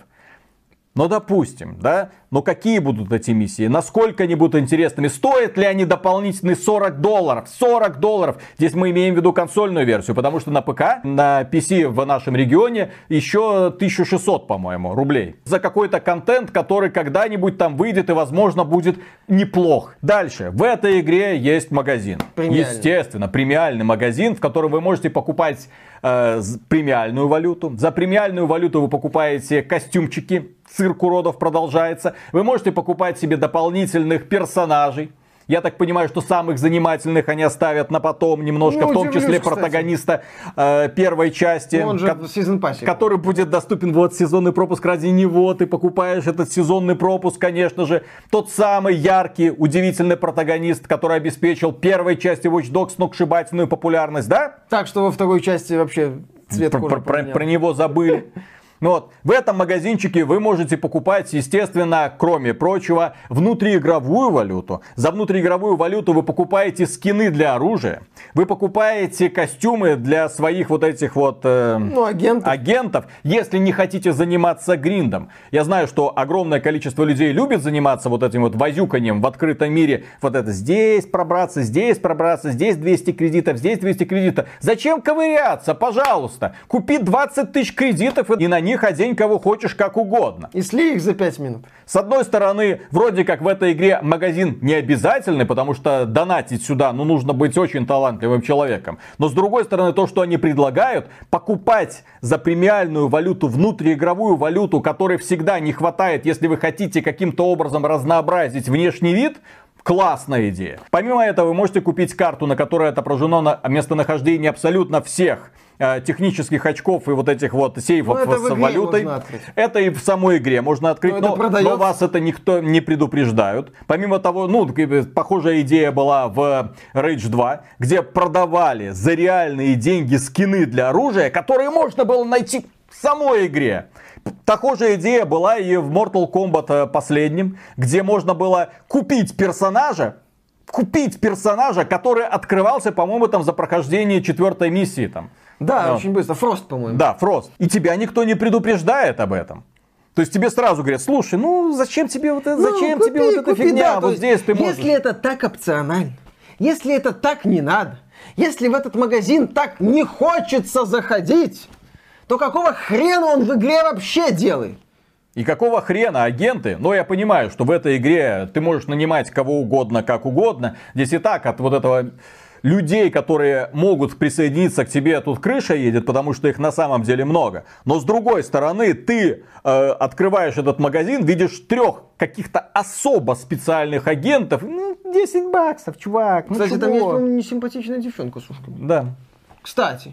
Но допустим, да, но какие будут эти миссии, насколько они будут интересными, стоят ли они дополнительные сорок долларов, сорок долларов, здесь мы имеем в виду консольную версию, потому что на ПК, на пи си в нашем регионе еще тысяча шестьсот, по-моему, рублей. За какой-то контент, который когда-нибудь там выйдет и, возможно, будет неплох. Дальше, в этой игре есть магазин. Премиальный. Естественно, премиальный магазин, в котором вы можете покупать э, премиальную валюту. За премиальную валюту вы покупаете костюмчики. Цирк уродов продолжается. Вы можете покупать себе дополнительных персонажей. Я так понимаю, что самых занимательных они оставят на потом немножко, ну, в том числе кстати. протагониста э, первой части. Ну, он же в сезон пассе. Который будет доступен, вот сезонный пропуск, ради него ты покупаешь этот сезонный пропуск, конечно же. Тот самый яркий, удивительный протагонист, который обеспечил первой части Watch Dogs сногсшибательную популярность, да? Так что во второй части вообще цвет про, кожи про, про него забыли. Вот. В этом магазинчике вы можете покупать, естественно, кроме прочего, внутриигровую валюту. За внутриигровую валюту вы покупаете скины для оружия. Вы покупаете костюмы для своих вот этих вот э, ну, агентов. агентов, если не хотите заниматься гриндом. Я знаю, что огромное количество людей любит заниматься вот этим вот возюканьем в открытом мире. Вот это здесь пробраться, здесь пробраться, здесь двести кредитов, здесь двести кредитов. Зачем ковыряться? Пожалуйста, купи двадцать тысяч кредитов и на них одень кого хочешь как угодно. И слей их за пять минут. С одной стороны, вроде как в этой игре магазин не обязательный, потому что донатить сюда, ну, нужно быть очень талантливым человеком. Но с другой стороны, то, что они предлагают, покупать за премиальную валюту внутриигровую валюту, которой всегда не хватает, если вы хотите каким-то образом разнообразить внешний вид, классная идея. Помимо этого, вы можете купить карту, на которой отображено местонахождение абсолютно всех технических очков и вот этих вот сейфов ну, с валютой. Это и в самой игре можно открыть, но, но, но вас это никто не предупреждают. Помимо того, ну, похожая идея была в Rage два, где продавали за реальные деньги скины для оружия, которые можно было найти в самой игре. Похожая идея была и в Mortal Kombat последнем, где можно было купить персонажа, купить персонажа, который открывался, по-моему, там за прохождение четвертой миссии там. Да, Но. очень быстро. Фрост, по-моему. Да, Фрост. И тебя никто не предупреждает об этом. То есть тебе сразу говорят, слушай, ну зачем тебе вот это, ну, зачем купи, тебе вот эта купи, фигня, да, вот здесь ты можешь. Если это так опционально, если это так не надо, если в этот магазин так не хочется заходить, то какого хрена он в игре вообще делает? И какого хрена агенты? Но я понимаю, что в этой игре ты можешь нанимать кого угодно, как угодно. Здесь и так от вот этого людей, которые могут присоединиться к тебе, тут крыша едет, потому что их на самом деле много. Но с другой стороны, ты э, открываешь этот магазин, видишь трех каких-то особо специальных агентов. Ну, десять баксов, чувак. Кстати, ну там есть, чего? по-моему, несимпатичная девчонка с ушками. Да. Кстати.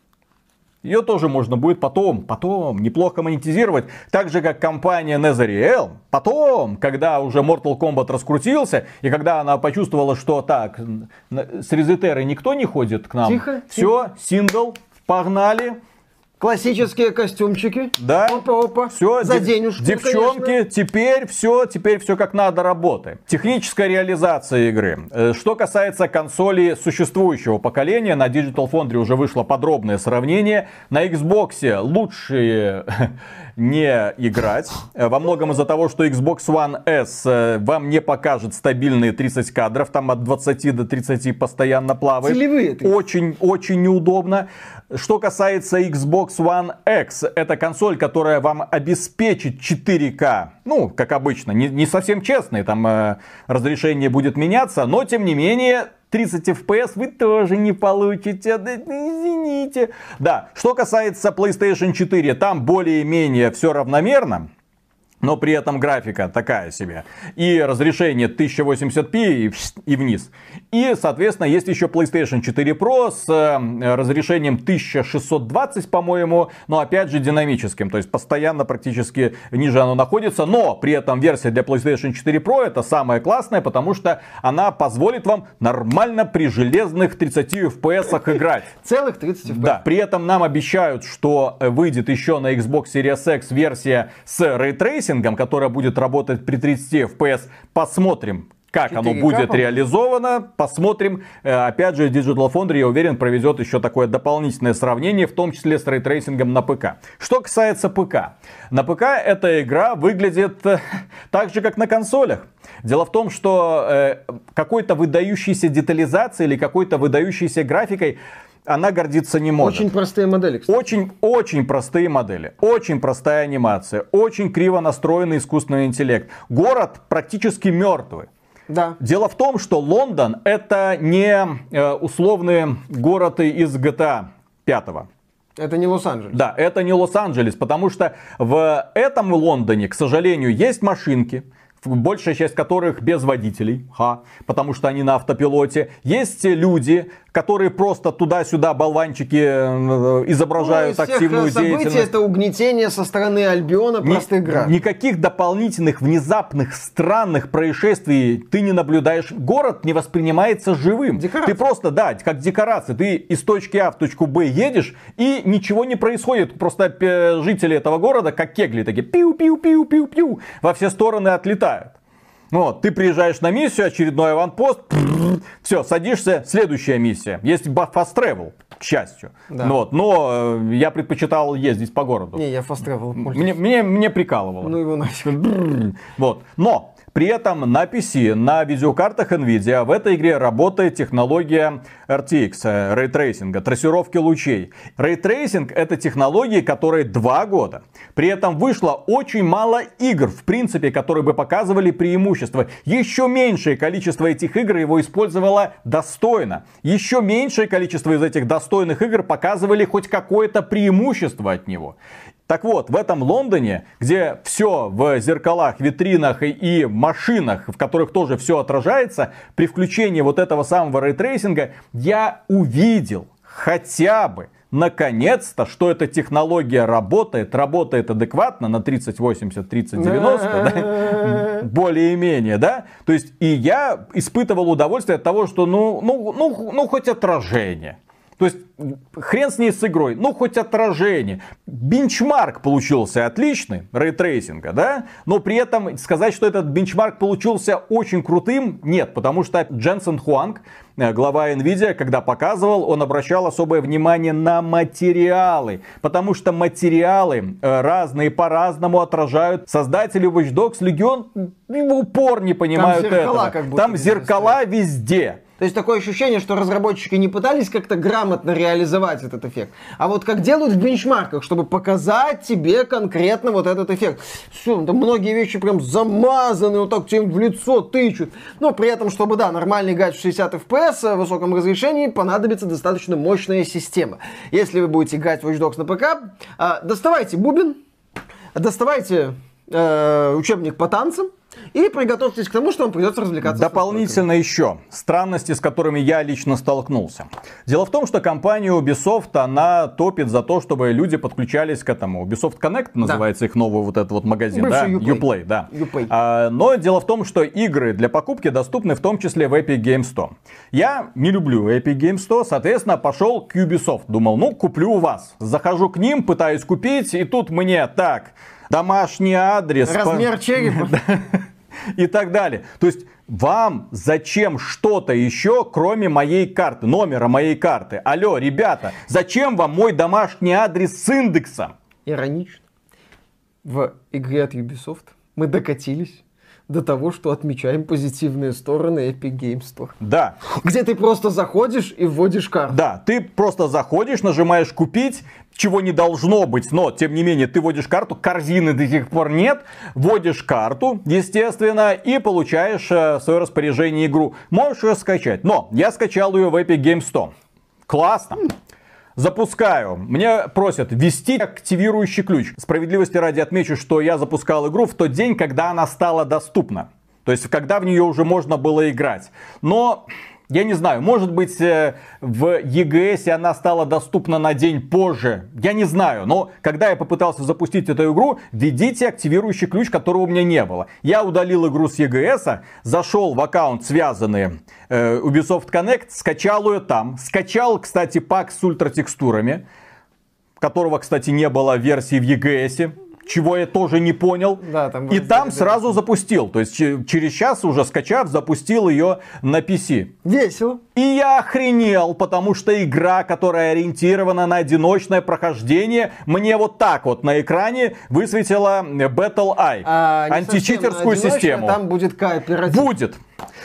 Ее тоже можно будет потом, потом неплохо монетизировать. Так же, как компания Netherrealm. Потом, когда уже Mortal Kombat раскрутился, и когда она почувствовала, что так, с Резетеры никто не ходит к нам. Тихо. Все, сингл, погнали. Классические костюмчики. Да. Опа-опа. Все, за дев- денежку, девчонки, конечно. теперь все, теперь все как надо работает. Техническая реализация игры. Э, Что касается консолей существующего поколения, на Digital Foundry уже вышло подробное сравнение. На Xbox лучше не играть. Э, Во многом из-за того, что Xbox One S э, вам не покажет стабильные тридцать кадров. Там от двадцати до тридцати постоянно плавает. Целевые ты. Очень, очень неудобно. Что касается Xbox One X, это консоль, которая вам обеспечит четыре ка. Ну, как обычно, не, не совсем честный, там э, разрешение будет меняться, но тем не менее тридцать эф пи эс вы тоже не получите. Да, извините. Да, что касается PlayStation четыре, там более-менее все равномерно. Но при этом графика такая себе. И разрешение тысяча восемьдесят пи и, и вниз. И, соответственно, есть еще PlayStation четыре Pro с э, разрешением тысяча шестьсот двадцать, по-моему. Но опять же динамическим. То есть постоянно практически ниже оно находится. Но при этом версия для PlayStation четыре Pro это самая классная. Потому что она позволит вам нормально при железных тридцати эф пи эс играть. Целых тридцать эф пи эс. Да. При этом нам обещают, что выйдет еще на Xbox Series X версия с Ray Tracing, которая будет работать при тридцати эф пи эс. Посмотрим, как оно будет реализовано. Посмотрим. Опять же, Digital Foundry, я уверен, проведет еще такое дополнительное сравнение, в том числе с рейтрейсингом на ПК. Что касается ПК. На ПК эта игра выглядит так же, как на консолях. Дело в том, что э, какой-то выдающейся детализацией или какой-то выдающейся графикой она гордиться не может. Очень простые модели, кстати. Очень, очень простые модели. Очень простая анимация. Очень криво настроенный искусственный интеллект. Город практически мертвый. Да. Дело в том, что Лондон это не э, условный город из джи ти эй пять. Это не Лос-Анджелес. Да, это не Лос-Анджелес, потому что в этом Лондоне, к сожалению, есть машинки, большая часть которых без водителей, ха, потому что они на автопилоте. Есть люди, которые просто туда-сюда болванчики изображают, ну, активную деятельность. Это угнетение со стороны Альбиона простых граждан. Никаких дополнительных, внезапных, странных происшествий ты не наблюдаешь. Город не воспринимается живым. Декорация. Ты просто, да, как декорация. Ты из точки А в точку Б едешь, и ничего не происходит. Просто жители этого города, как кегли, такие пиу-пиу-пиу-пиу-пиу, во все стороны отлетают. Вот, ты приезжаешь на миссию, очередной аванпост, все, садишься, следующая миссия. Есть fast travel, к счастью. Да. Вот, но э, я предпочитал ездить по городу. Не, я fast travel пользуюсь. Мне, мне, мне прикалывало. Ну его нафиг. Вот, но при этом на пи си, на видеокартах Nvidia в этой игре работает технология эр ти экс, Ray Tracing, трассировки лучей. Ray Tracing это технологии, которые два года. При этом вышло очень мало игр, в принципе, которые бы показывали преимущества. Еще меньшее количество этих игр его использовало достойно. Еще меньшее количество из этих достойных игр показывали хоть какое-то преимущество от него. Так вот, в этом Лондоне, где все в зеркалах, витринах и машинах, в которых тоже все отражается, при включении вот этого самого рейтрейсинга я увидел хотя бы наконец-то, что эта технология работает, работает адекватно на тридцать восемьдесят, тридцать девяносто, да? Более-менее, да? То есть и я испытывал удовольствие от того, что ну, ну, ну, ну хоть отражение. То есть, хрен с ней с игрой, ну хоть отражение. Бенчмарк получился отличный, рейтрейсинга, да? Но при этом сказать, что этот бенчмарк получился очень крутым, нет. Потому что Дженсен Хуанг, глава Nvidia, когда показывал, он обращал особое внимание на материалы. Потому что материалы разные по-разному отражают. Создатели Watch Dogs Legion в упор не понимают Там зеркала, этого. как будто Там зеркала везде. То есть такое ощущение, что разработчики не пытались как-то грамотно реализовать этот эффект. А вот как делают в бенчмарках, чтобы показать тебе конкретно вот этот эффект. Все, там многие вещи прям замазаны, вот так тебе в лицо тычут. Но при этом, чтобы, да, нормально играть в шестьдесят эф пи эс в высоком разрешении, понадобится достаточно мощная система. Если вы будете играть в Watch Dogs на ПК, доставайте бубен, доставайте э, учебник по танцам, и приготовьтесь к тому, что вам придется развлекаться. Дополнительно еще странности, с которыми я лично столкнулся. Дело в том, что компания Ubisoft, она топит за то, чтобы люди подключались к этому. Ubisoft Connect называется, да, их новый вот этот вот магазин. Бывший да? Uplay. Uplay, да. Uplay. А, но дело в том, что игры для покупки доступны в том числе в Epic Games Store. Я не люблю Epic Games Store, соответственно, пошел к Ubisoft. Думал, ну, куплю у вас. Захожу к ним, пытаюсь купить, и тут мне так... Домашний адрес. Размер черепа. И так далее. То есть вам зачем что-то еще, кроме моей карты, номера моей карты? Алло, ребята, зачем вам мой домашний адрес с индексом? Иронично. В игре от Ubisoft мы докатились до того, что отмечаем позитивные стороны Epic Games Store. Да. Где ты просто заходишь и вводишь карту. Да, ты просто заходишь, нажимаешь купить, чего не должно быть, но, тем не менее, ты вводишь карту, корзины до сих пор нет, вводишь карту, естественно, и получаешь в свое распоряжение игру. Можешь ее скачать, но я скачал ее в Epic Games Store. Классно. Запускаю. Мне просят ввести активирующий ключ. Справедливости ради отмечу, что я запускал игру в тот день, когда она стала доступна. То есть, когда в нее уже можно было играть. Но... Я не знаю, может быть, в и джи эс она стала доступна на день позже. Я не знаю, но когда я попытался запустить эту игру, введите активирующий ключ, которого у меня не было. Я удалил игру с и джи эс, зашел в аккаунт, связанный э, Ubisoft Connect, скачал ее там. Скачал, кстати, пак с ультратекстурами, которого, кстати, не было в версии в и джи эс. Чего я тоже не понял. Да, там и там сразу запустил. То есть через час уже скачав, запустил ее на пи си. Весело. И я охренел, потому что игра, которая ориентирована на одиночное прохождение, мне вот так вот на экране высветила Battle Eye. А, античитерскую систему. Там будет кооператив. Будет.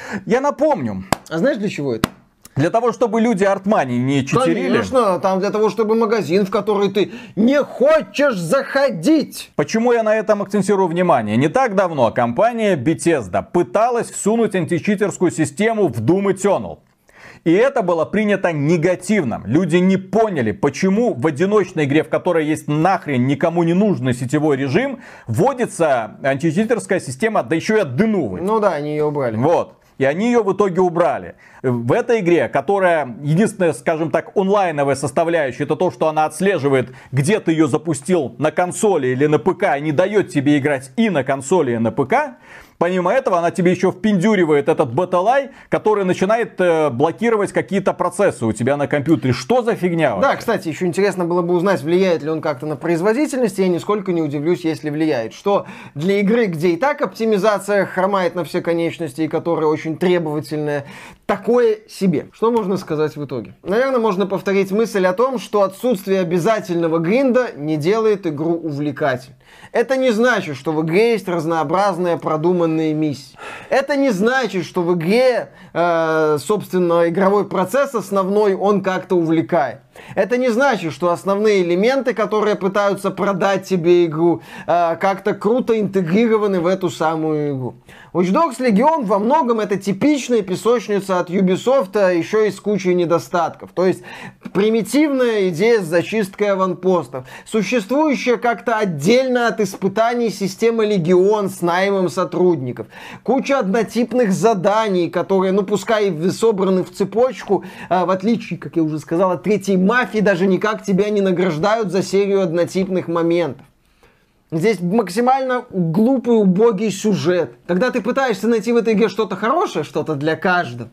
Я напомню. А знаешь, для чего это? Для того, чтобы люди артмани не читерили. Конечно, там для того, чтобы магазин, в который ты не хочешь заходить. Почему я на этом акцентирую внимание? Не так давно компания Bethesda пыталась всунуть античитерскую систему в Doom Eternal. И это было принято негативно. Люди не поняли, почему в одиночной игре, в которой есть нахрен никому не нужный сетевой режим, вводится античитерская система, да еще и отдынувать. Ну да, они ее убрали. Вот. И они ее в итоге убрали. В этой игре, которая единственная, скажем так, онлайновая составляющая, это то, что она отслеживает, где ты ее запустил на консоли или на ПК, и не дает тебе играть и на консоли, и на ПК. Помимо этого, она тебе еще впендюривает этот Battle Eye, который начинает э, блокировать какие-то процессы у тебя на компьютере. Что за фигня? Да, кстати, еще интересно было бы узнать, влияет ли он как-то на производительность. Я нисколько не удивлюсь, если влияет. Что для игры, где и так оптимизация хромает на все конечности, и которая очень требовательная, такое себе. Что можно сказать в итоге? Наверное, можно повторить мысль о том, что отсутствие обязательного гринда не делает игру увлекательной. Это не значит, что в игре есть разнообразные продуманные миссии. Это не значит, что в игре, э, собственно, игровой процесс основной, он как-то увлекает. Это не значит, что основные элементы, которые пытаются продать тебе игру, э, как-то круто интегрированы в эту самую игру. Watch Dogs Legion во многом это типичная песочница от Ubisoft, еще и с кучей недостатков. То есть примитивная идея с зачисткой аванпостов, существующая как-то отдельно от испытаний система Legion с наймом сотрудников, куча однотипных заданий, которые, ну пускай собраны в цепочку, э, в отличие, как я уже сказал, от третьей мафии, даже никак тебя не награждают за серию однотипных моментов. Здесь максимально глупый, убогий сюжет. Когда ты пытаешься найти в этой игре что-то хорошее, что-то для каждого,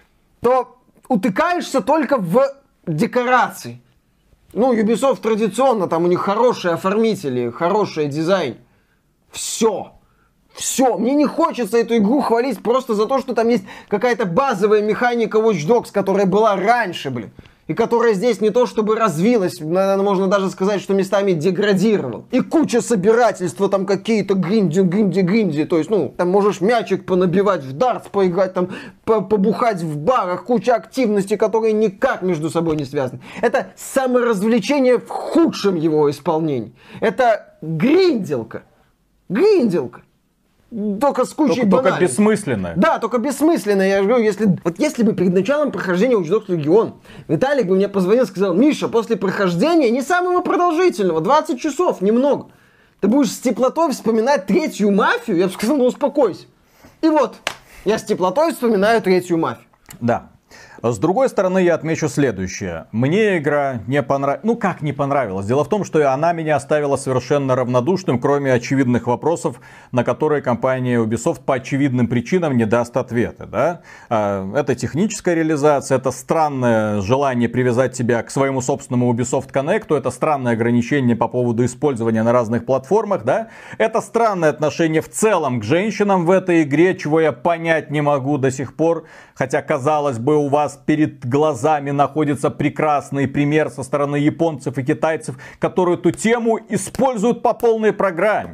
то утыкаешься только в декорации. Ну, Ubisoft традиционно, там у них хорошие оформители, хороший дизайн. Все. Все. Мне не хочется эту игру хвалить просто за то, что там есть какая-то базовая механика Watch Dogs, которая была раньше, блин. И которая здесь не то чтобы развилась, наверное, можно даже сказать, что местами деградировала. И куча собирательства, там какие-то гринди, гринди, гринди. То есть, ну, там можешь мячик понабивать в дартс, поиграть, там, побухать в барах, куча активностей, которые никак между собой не связаны. Это саморазвлечение в худшем его исполнении. Это гринделка. Гринделка. Только с кучей только, банальностей. Только бессмысленная. Да, только бессмысленная. Я говорю, если, вот если бы перед началом прохождения Watch Dogs Legion Виталик бы мне позвонил и сказал: Миша, после прохождения, не самого продолжительного, двадцать часов, немного, ты будешь с теплотой вспоминать третью мафию, я бы сказал: ну успокойся. И вот, я с теплотой вспоминаю третью мафию. Да. С другой стороны, я отмечу следующее. Мне игра не понравилась. Ну, как не понравилась? Дело в том, что она меня оставила совершенно равнодушным, кроме очевидных вопросов, на которые компания Ubisoft по очевидным причинам не даст ответы. Да? Это техническая реализация, это странное желание привязать тебя к своему собственному Ubisoft Connect, это странное ограничение по поводу использования на разных платформах. Да? Это странное отношение в целом к женщинам в этой игре, чего я понять не могу до сих пор. Хотя, казалось бы, у вас перед глазами находится прекрасный пример со стороны японцев и китайцев, которые эту тему используют по полной программе.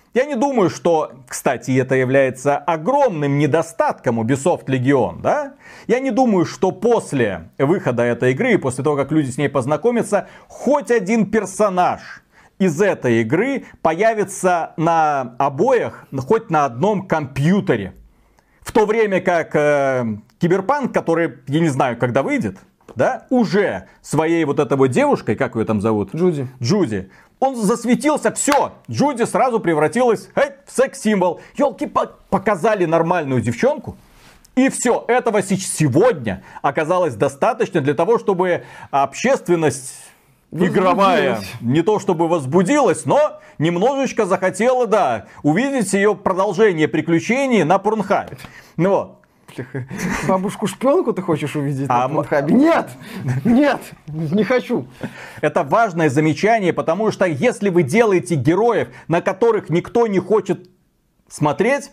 Я не думаю, что, кстати, это является огромным недостатком Ubisoft Legion, да? Я не думаю, что после выхода этой игры, после того, как люди с ней познакомятся, хоть один персонаж из этой игры появится на обоях, хоть на одном компьютере. В то время как э, Киберпанк, который, я не знаю, когда выйдет, да, уже своей вот этой вот девушкой, как ее там зовут? Джуди. Джуди. Он засветился, все, Джуди сразу превратилась эй, в секс-символ. Елки, показали нормальную девчонку. И все, этого сегодня оказалось достаточно для того, чтобы общественность игровая не то чтобы возбудилась, но немножечко захотела, да, увидеть ее продолжение приключений на Порнхабе. Ну вот. Бабушку-шпионку ты хочешь увидеть а на Порнхабе? Нет! Нет! Не хочу! Это важное замечание, потому что если вы делаете героев, на которых никто не хочет смотреть,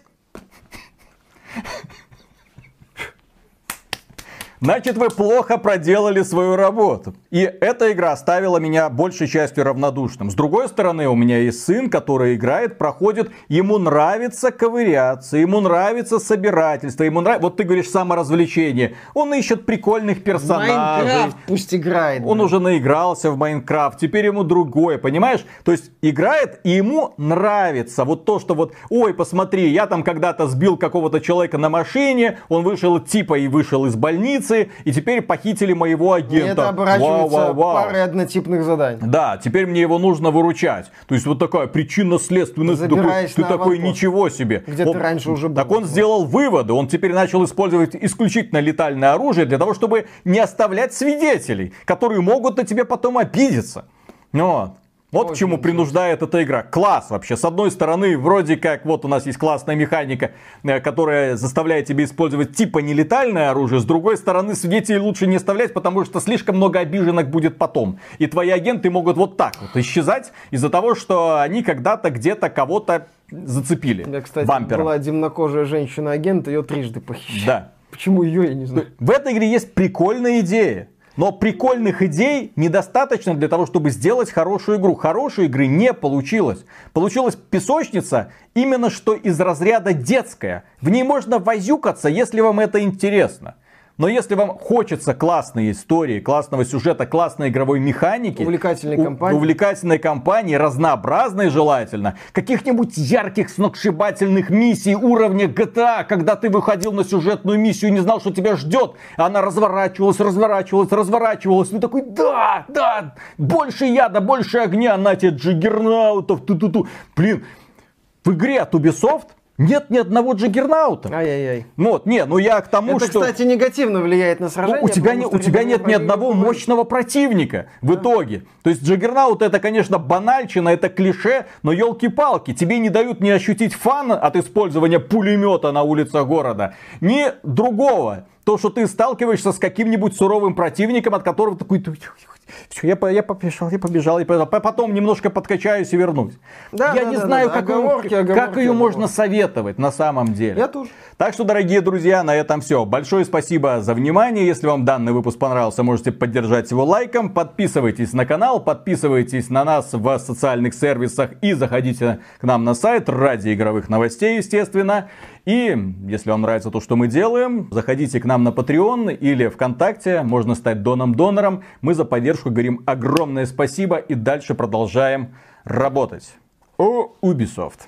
значит, вы плохо проделали свою работу. И эта игра оставила меня большей частью равнодушным. С другой стороны, у меня есть сын, который играет, проходит, ему нравится ковыряться, ему нравится собирательство, ему нравится, вот ты говоришь, саморазвлечение. Он ищет прикольных персонажей. Майнкрафт пусть играет. Он да. уже наигрался в Майнкрафт, теперь ему другое, понимаешь? То есть играет, и ему нравится вот то, что вот, ой, посмотри, я там когда-то сбил какого-то человека на машине, он вышел типа и вышел из больницы, и теперь похитили моего агента. И это оборачивается вау, вау, вау. парой однотипных заданий. Да, теперь мне его нужно выручать. То есть вот такая причинно-следственность. Ты такой, ты такой ничего себе. Где он, ты раньше уже был. Так он сделал выводы. Он теперь начал использовать исключительно летальное оружие для того, чтобы не оставлять свидетелей, которые могут на тебе потом обидеться. Вот. Вот к чему принуждает эта игра. Класс вообще. С одной стороны, вроде как, вот у нас есть классная механика, которая заставляет тебя использовать типа нелетальное оружие. С другой стороны, свидетелей лучше не оставлять, потому что слишком много обиженок будет потом. И твои агенты могут вот так вот исчезать из-за того, что они когда-то где-то кого-то зацепили. У меня, кстати, бампером. была темнокожая женщина-агент, ее трижды похищали. Да. Почему ее, я не знаю. В этой игре есть прикольная идея. Но прикольных идей недостаточно для того, чтобы сделать хорошую игру. Хорошей игры не получилось. Получилась песочница именно что из разряда детская. В ней можно возюкаться, если вам это интересно. Но если вам хочется классной истории, классного сюжета, классной игровой механики, увлекательной кампании, увлекательной кампании, разнообразной желательно, каких-нибудь ярких сногсшибательных миссий уровня джи ти эй, когда ты выходил на сюжетную миссию и не знал, что тебя ждет, она разворачивалась, разворачивалась, разворачивалась, ну такой, да, да, больше яда, больше огня, на тебе джиггернаутов, ту-ту-ту. Блин, в игре от Ubisoft нет ни одного джиггернаута. Ай-яй-яй. Вот, не, ну я к тому, это, что... Это, кстати, негативно влияет на сражение. Ну, у тебя, не, у тебя нет ни одного мощного противника в да. итоге. То есть джиггернаут это, конечно, банальщина, это клише, но елки-палки, тебе не дают ни ощутить фан от использования пулемета на улицах города, ни другого. То, что ты сталкиваешься с каким-нибудь суровым противником, от которого такой... Все, я, я побежал, я побежал, я побежал. Потом немножко подкачаюсь и вернусь. Да, я да, не да, знаю, да, как, оговорки, ее, оговорки, как ее оговорки. можно советовать на самом деле. Я тоже. Так что, дорогие друзья, на этом все. Большое спасибо за внимание. Если вам данный выпуск понравился, можете поддержать его лайком. Подписывайтесь на канал, подписывайтесь на нас в социальных сервисах и заходите к нам на сайт ради игровых новостей, естественно. И если вам нравится то, что мы делаем, заходите к нам на Patreon или ВКонтакте, можно стать доном-донором. Мы за поддержку говорим огромное спасибо и дальше продолжаем работать. О, Ubisoft.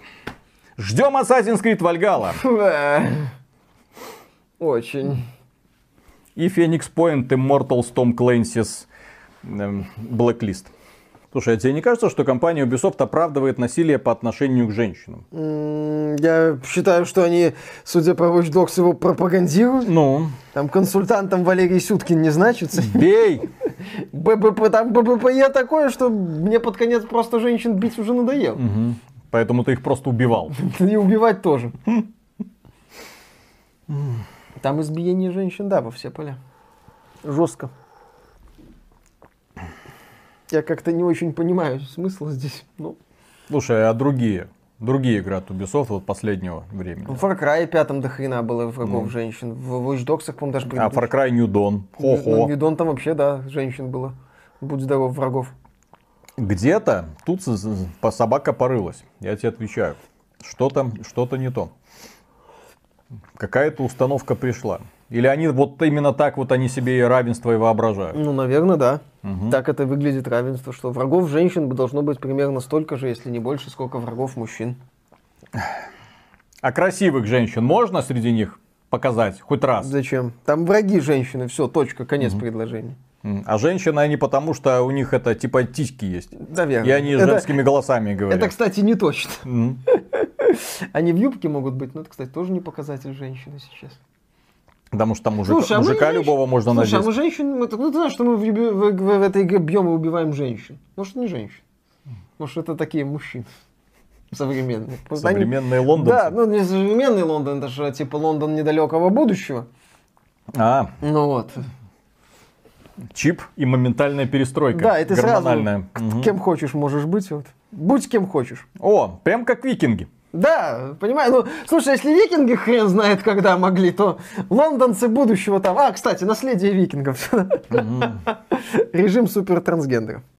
Ждем Assassin's Creed Valhalla. Очень. И Phoenix Point Immortals Tom Clancy's Blacklist. Слушай, а тебе не кажется, что компания Ubisoft оправдывает насилие по отношению к женщинам? Я считаю, что они, судя по Watch Dogs, его пропагандируют. Ну? Там консультантом Валерий Сюткин не значится. Бей! ББП, там ББПЕ такое, что мне под конец просто женщин бить уже надоело. Угу. Поэтому ты их просто убивал. И убивать тоже. Там избиение женщин, да, во все поля. Жестко. Я как-то не очень понимаю смысла здесь. Ну. Слушай, а другие? Другие игры от Ubisoft вот последнего времени? В Far Cry пятом до хрена было врагов ну. женщин. В Watch Dogs, по-моему, даже... А Far Cry New Dawn? Хо-хо. New Dawn там вообще, да, женщин было. Будь здоров, врагов. Где-то тут собака порылась, я тебе отвечаю. Что-то, что-то не то. Какая-то установка пришла. Или они вот именно так вот они себе и равенство и воображают? Ну, наверное, да. Угу. Так это выглядит равенство, что врагов женщин должно быть примерно столько же, если не больше, сколько врагов мужчин. А красивых женщин можно среди них показать хоть раз? Зачем? Там враги женщины, все, точка, конец угу. предложения. А женщины они потому, что у них это типа титьки есть. Наверное. И они это, женскими голосами говорят. Это, кстати, не точно. Mm. Они в юбке могут быть, но это, кстати, тоже не показатель женщины сейчас. Потому что мужик, Слушай, мужика а любого женщин... можно Слушай, надеть. а мы женщин, ну ты знаешь, что мы в, в, в, в этой игре бьем и убиваем женщин. Может, не женщин. Может, это такие мужчины. Современные. Современные лондонцы? Да, ну не современный Лондон, это же типа Лондон недалекого будущего. А. Ну вот. Чип и моментальная перестройка. Да, и ты сразу угу. кем хочешь можешь быть. Вот. Будь кем хочешь. О, прям как викинги. Да, понимаю. Ну, слушай, если викинги хрен знает когда могли, то лондонцы будущего там... А, кстати, наследие викингов. Режим супертрансгендеров.